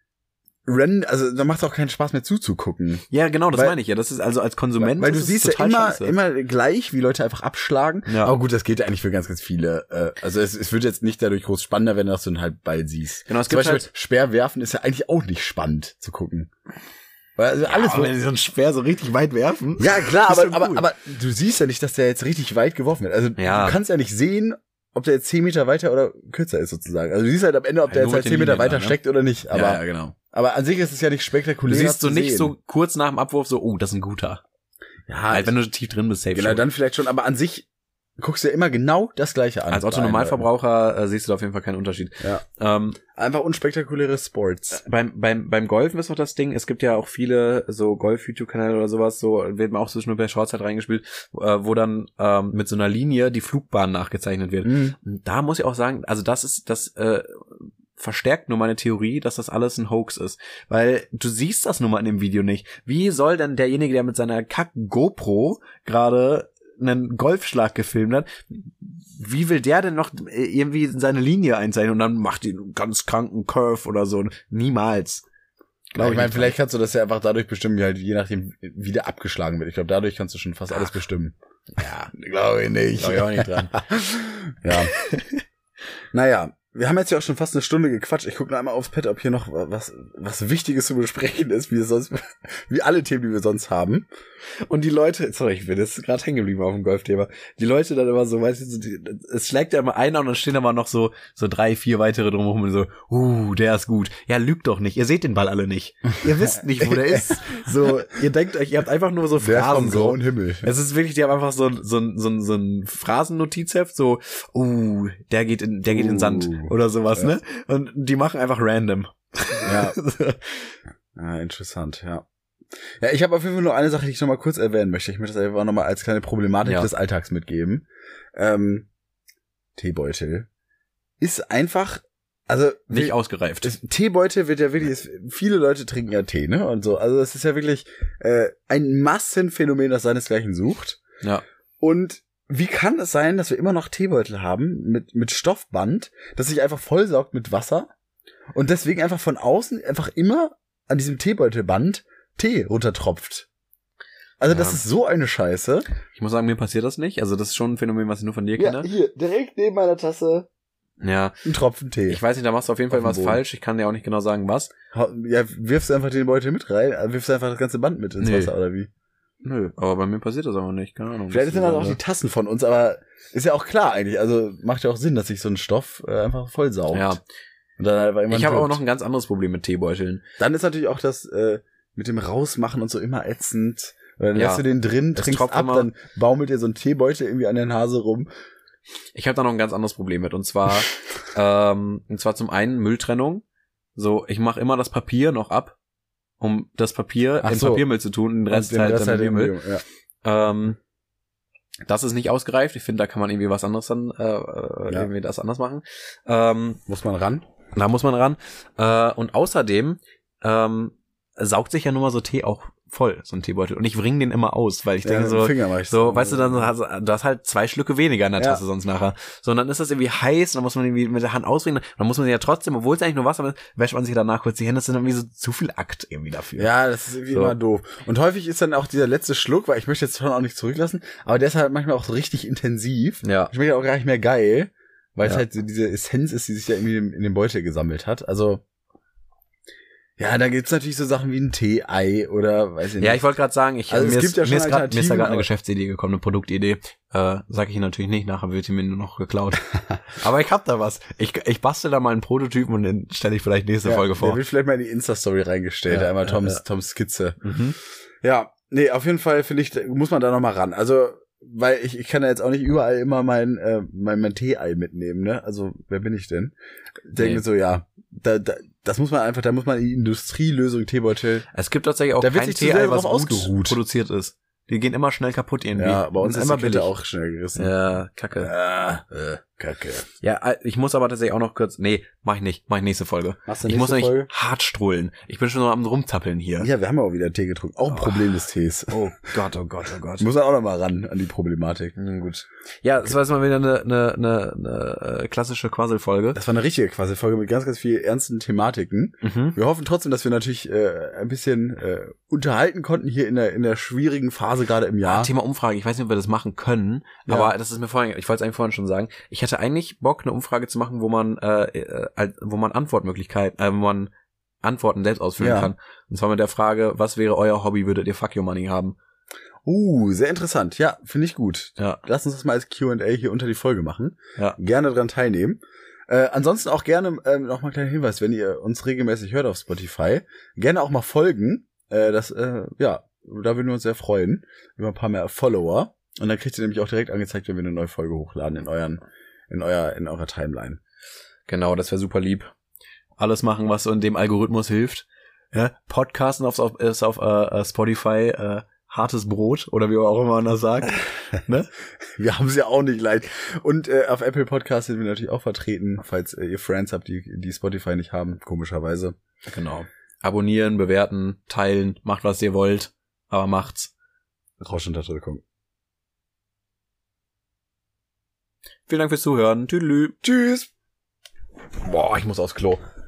also da macht es auch keinen Spaß mehr zuzugucken. Ja, genau, das meine ich ja. Das ist also als Konsument. Weil du siehst ja immer gleich, wie Leute einfach abschlagen. Ja. Aber gut, das geht ja eigentlich für ganz, ganz viele. Also es wird jetzt nicht dadurch groß spannender, wenn du das dann halt Ball siehst. Genau, es Zum gibt Beispiel Speerwerfen ist ja eigentlich auch nicht spannend zu gucken. Weil also alles, ja, wenn sie so einen Speer so richtig weit werfen. Ja, klar, aber du siehst ja nicht, dass der jetzt richtig weit geworfen wird. Also du kannst ja nicht sehen, ob der jetzt 10 Meter weiter oder kürzer ist sozusagen. Also du siehst halt am Ende, ob der jetzt halt 10 Meter weiter steckt oder nicht. Aber, ja, genau. Aber an sich ist es ja nicht spektakulär. Du siehst so nicht so kurz nach dem Abwurf so, oh, das ist ein guter. Ja. Halt, wenn du tief drin bist, safe genau, schon. Dann vielleicht schon. Aber an sich guckst du ja immer genau das Gleiche an. Als Otto-Normalverbraucher siehst du da auf jeden Fall keinen Unterschied. Ja. Einfach unspektakuläre Sports. Beim Golfen ist noch das Ding, es gibt ja auch viele so Golf-YouTube-Kanäle oder sowas, so wird man auch so nur bei Shorts halt reingespielt, wo dann mit so einer Linie die Flugbahn nachgezeichnet wird. Mhm. Da muss ich auch sagen, also das verstärkt nur meine Theorie, dass das alles ein Hoax ist. Weil du siehst das nun mal in dem Video nicht. Wie soll denn derjenige, der mit seiner Kack-GoPro gerade einen Golfschlag gefilmt hat, wie will der denn noch irgendwie seine Linie einzeichnen und dann macht die einen ganz kranken Curve oder so? Niemals. Ich meine, vielleicht kannst du das ja einfach dadurch bestimmen, wie halt je nachdem, wie der abgeschlagen wird. Ich glaube, dadurch kannst du schon fast alles bestimmen. Ja, glaube ich nicht. Glaube ich auch nicht dran. Ja. Naja. Wir haben jetzt ja auch schon fast eine Stunde gequatscht. Ich gucke noch einmal aufs Pad, ob hier noch was Wichtiges zu besprechen ist, wie alle Themen, die wir sonst haben. Und die Leute, sorry, ich bin jetzt gerade hängen geblieben auf dem Golfthema. Die Leute dann immer so, weißt du, es schlägt ja immer einer und dann stehen aber noch so 3, 4 weitere drumherum und so, der ist gut. Ja, lügt doch nicht. Ihr seht den Ball alle nicht. Ihr wisst nicht, wo der ist. So, ihr denkt euch, ihr habt einfach nur so Phrasen. Der grauen Himmel. Es ist wirklich, die haben einfach so ein Phrasennotizheft, so, der geht in Sand. Oder sowas, ja. Ne? Und die machen einfach random. Ja. Ja, interessant, ja. Ja, ich habe auf jeden Fall nur eine Sache, die ich noch mal kurz erwähnen möchte. Ich möchte das einfach noch mal als kleine Problematik des Alltags mitgeben. Teebeutel ist einfach, also nicht ausgereift. Teebeutel wird ja wirklich, viele Leute trinken ja Tee, ne? Und so. Also es ist ja wirklich ein Massenphänomen, das seinesgleichen sucht. Ja. Und wie kann es sein, dass wir immer noch Teebeutel haben mit Stoffband, das sich einfach vollsaugt mit Wasser und deswegen einfach von außen einfach immer an diesem Teebeutelband Tee runtertropft? Also das ist so eine Scheiße. Ich muss sagen, mir passiert das nicht. Also das ist schon ein Phänomen, was ich nur von dir kenne. Ja, hier, direkt neben meiner Tasse ein Tropfen Tee. Ich weiß nicht, da machst du auf jeden Fall was falsch. Ich kann dir auch nicht genau sagen, was. Ja, wirfst du einfach den Beutel mit rein? Wirfst du einfach das ganze Band mit ins Wasser, oder wie? Nö, aber bei mir passiert das aber nicht, keine Ahnung. Vielleicht sind das auch die Tassen von uns, aber ist ja auch klar eigentlich, also macht ja auch Sinn, dass sich so ein Stoff einfach voll saugt. Ja. Und dann halt ich habe auch noch ein ganz anderes Problem mit Teebeuteln. Dann ist natürlich auch das mit dem Rausmachen und so immer ätzend. Oder dann lässt du den drin, trinkst ab, immer. Dann baumelt dir so ein Teebeutel irgendwie an der Nase rum. Ich habe da noch ein ganz anderes Problem mit, und zwar zum einen Mülltrennung. So, ich mache immer das Papier noch ab, um das Papier in Papiermüll zu tun, den Rest halt dann in Müll. Ja. Das ist nicht ausgereift. Ich finde, da kann man irgendwie was anderes dann irgendwie das anders machen. Muss man ran? Da muss man ran. Und außerdem saugt sich ja nun mal so Tee auch voll, so ein Teebeutel. Und ich wring den immer aus, weil ich denke so, weißt du, dann du hast halt 2 Schlücke weniger in der Tasse sonst nachher. So, und dann ist das irgendwie heiß, dann muss man irgendwie mit der Hand auswringen, dann muss man ja trotzdem, obwohl es eigentlich nur Wasser ist, wäscht man sich danach kurz die Hände, das ist dann irgendwie so zu viel Akt irgendwie dafür. Ja, das ist irgendwie immer doof. Und häufig ist dann auch dieser letzte Schluck, weil ich möchte jetzt schon auch nicht zurücklassen, aber der ist halt manchmal auch so richtig intensiv. Ja. Ich möchte auch gar nicht mehr geil, weil es halt so diese Essenz ist, die sich ja irgendwie in dem Beutel gesammelt hat. Also, Ja, da gibt's natürlich so Sachen wie ein Tee-Ei oder weiß ich nicht. Ja, ich wollte gerade sagen, Also mir es gibt ist ja schon da gerade Alternativen, eine aber- Geschäftsidee gekommen, eine Produktidee. Sag ich Ihnen natürlich nicht, nachher wird die mir nur noch geklaut. Aber ich hab da was. Ich bastel da mal einen Prototypen und den stelle ich vielleicht nächste Folge Der vor. wird vielleicht mal in die Insta-Story reingestellt, Ja, einmal ja, Toms Skizze. Mhm. Ja, nee, auf jeden Fall finde ich, muss man da noch mal ran. Also, weil ich kann ja jetzt auch nicht überall immer mein Tee-Ei mitnehmen, ne? Also, wer bin ich denn? Denke Nee. so, ja, das muss man einfach, da muss man die Industrielösung Teebeutel. Es gibt tatsächlich auch Da wird kein sich zu sehr Tee-Ei, was drauf gut ausgeruht. produziert ist. Die gehen immer schnell kaputt irgendwie. Ja, bei uns Und ist die Kette auch schnell gerissen. Ja, kacke. Kacke. Ja, ich muss aber tatsächlich auch noch kurz, mach ich nicht, mach ich nächste Folge. Machst du Ich muss nächste nämlich Folge? hart strullen. Ich bin schon so am rumzappeln hier. Ja, wir haben ja auch wieder Tee getrunken. Auch ein Problem des Tees. Oh Gott, oh Gott, oh Gott. Muss man auch noch mal ran an die Problematik. Gut. Ja, das war jetzt mal wieder eine klassische Quasselfolge. Das war eine richtige Quasi-Folge mit ganz, ganz viel ernsten Thematiken. Mhm. Wir hoffen trotzdem, dass wir natürlich ein bisschen unterhalten konnten hier in der schwierigen Phase gerade im Jahr. Thema Umfrage, ich weiß nicht, ob wir das machen können, Ja. aber das ist mir vorhin, ich wollte es eigentlich vorhin schon sagen. Ich hatte eigentlich Bock, eine Umfrage zu machen, wo man Antwortmöglichkeiten, wo man Antworten selbst ausfüllen Ja. kann. Und zwar mit der Frage, was wäre euer Hobby, würdet ihr Fuck Your Money haben? Sehr interessant. Ja, finde ich gut. Ja. Lass uns das mal als Q&A hier unter die Folge machen. Ja. Gerne dran teilnehmen. Ansonsten auch gerne noch mal ein kleiner Hinweis, wenn ihr uns regelmäßig hört auf Spotify, gerne auch mal folgen. Da würden wir uns sehr freuen über ein paar mehr Follower. Und dann kriegt ihr nämlich auch direkt angezeigt, wenn wir eine neue Folge hochladen in eurer Timeline. Genau, das wäre super lieb. Alles machen, was so in dem Algorithmus hilft. Ja, Podcasten ist auf Spotify hartes Brot oder wie auch immer man das sagt. Ne? Wir haben es ja auch nicht leicht. Und auf Apple Podcasts sind wir natürlich auch vertreten, falls ihr Friends habt, die Spotify nicht haben, komischerweise. Genau. Abonnieren, bewerten, teilen, macht was ihr wollt, aber macht's. Rauschunterdrückung. Vielen Dank fürs Zuhören. Tüdelü. Tschüss. Boah, ich muss aufs Klo.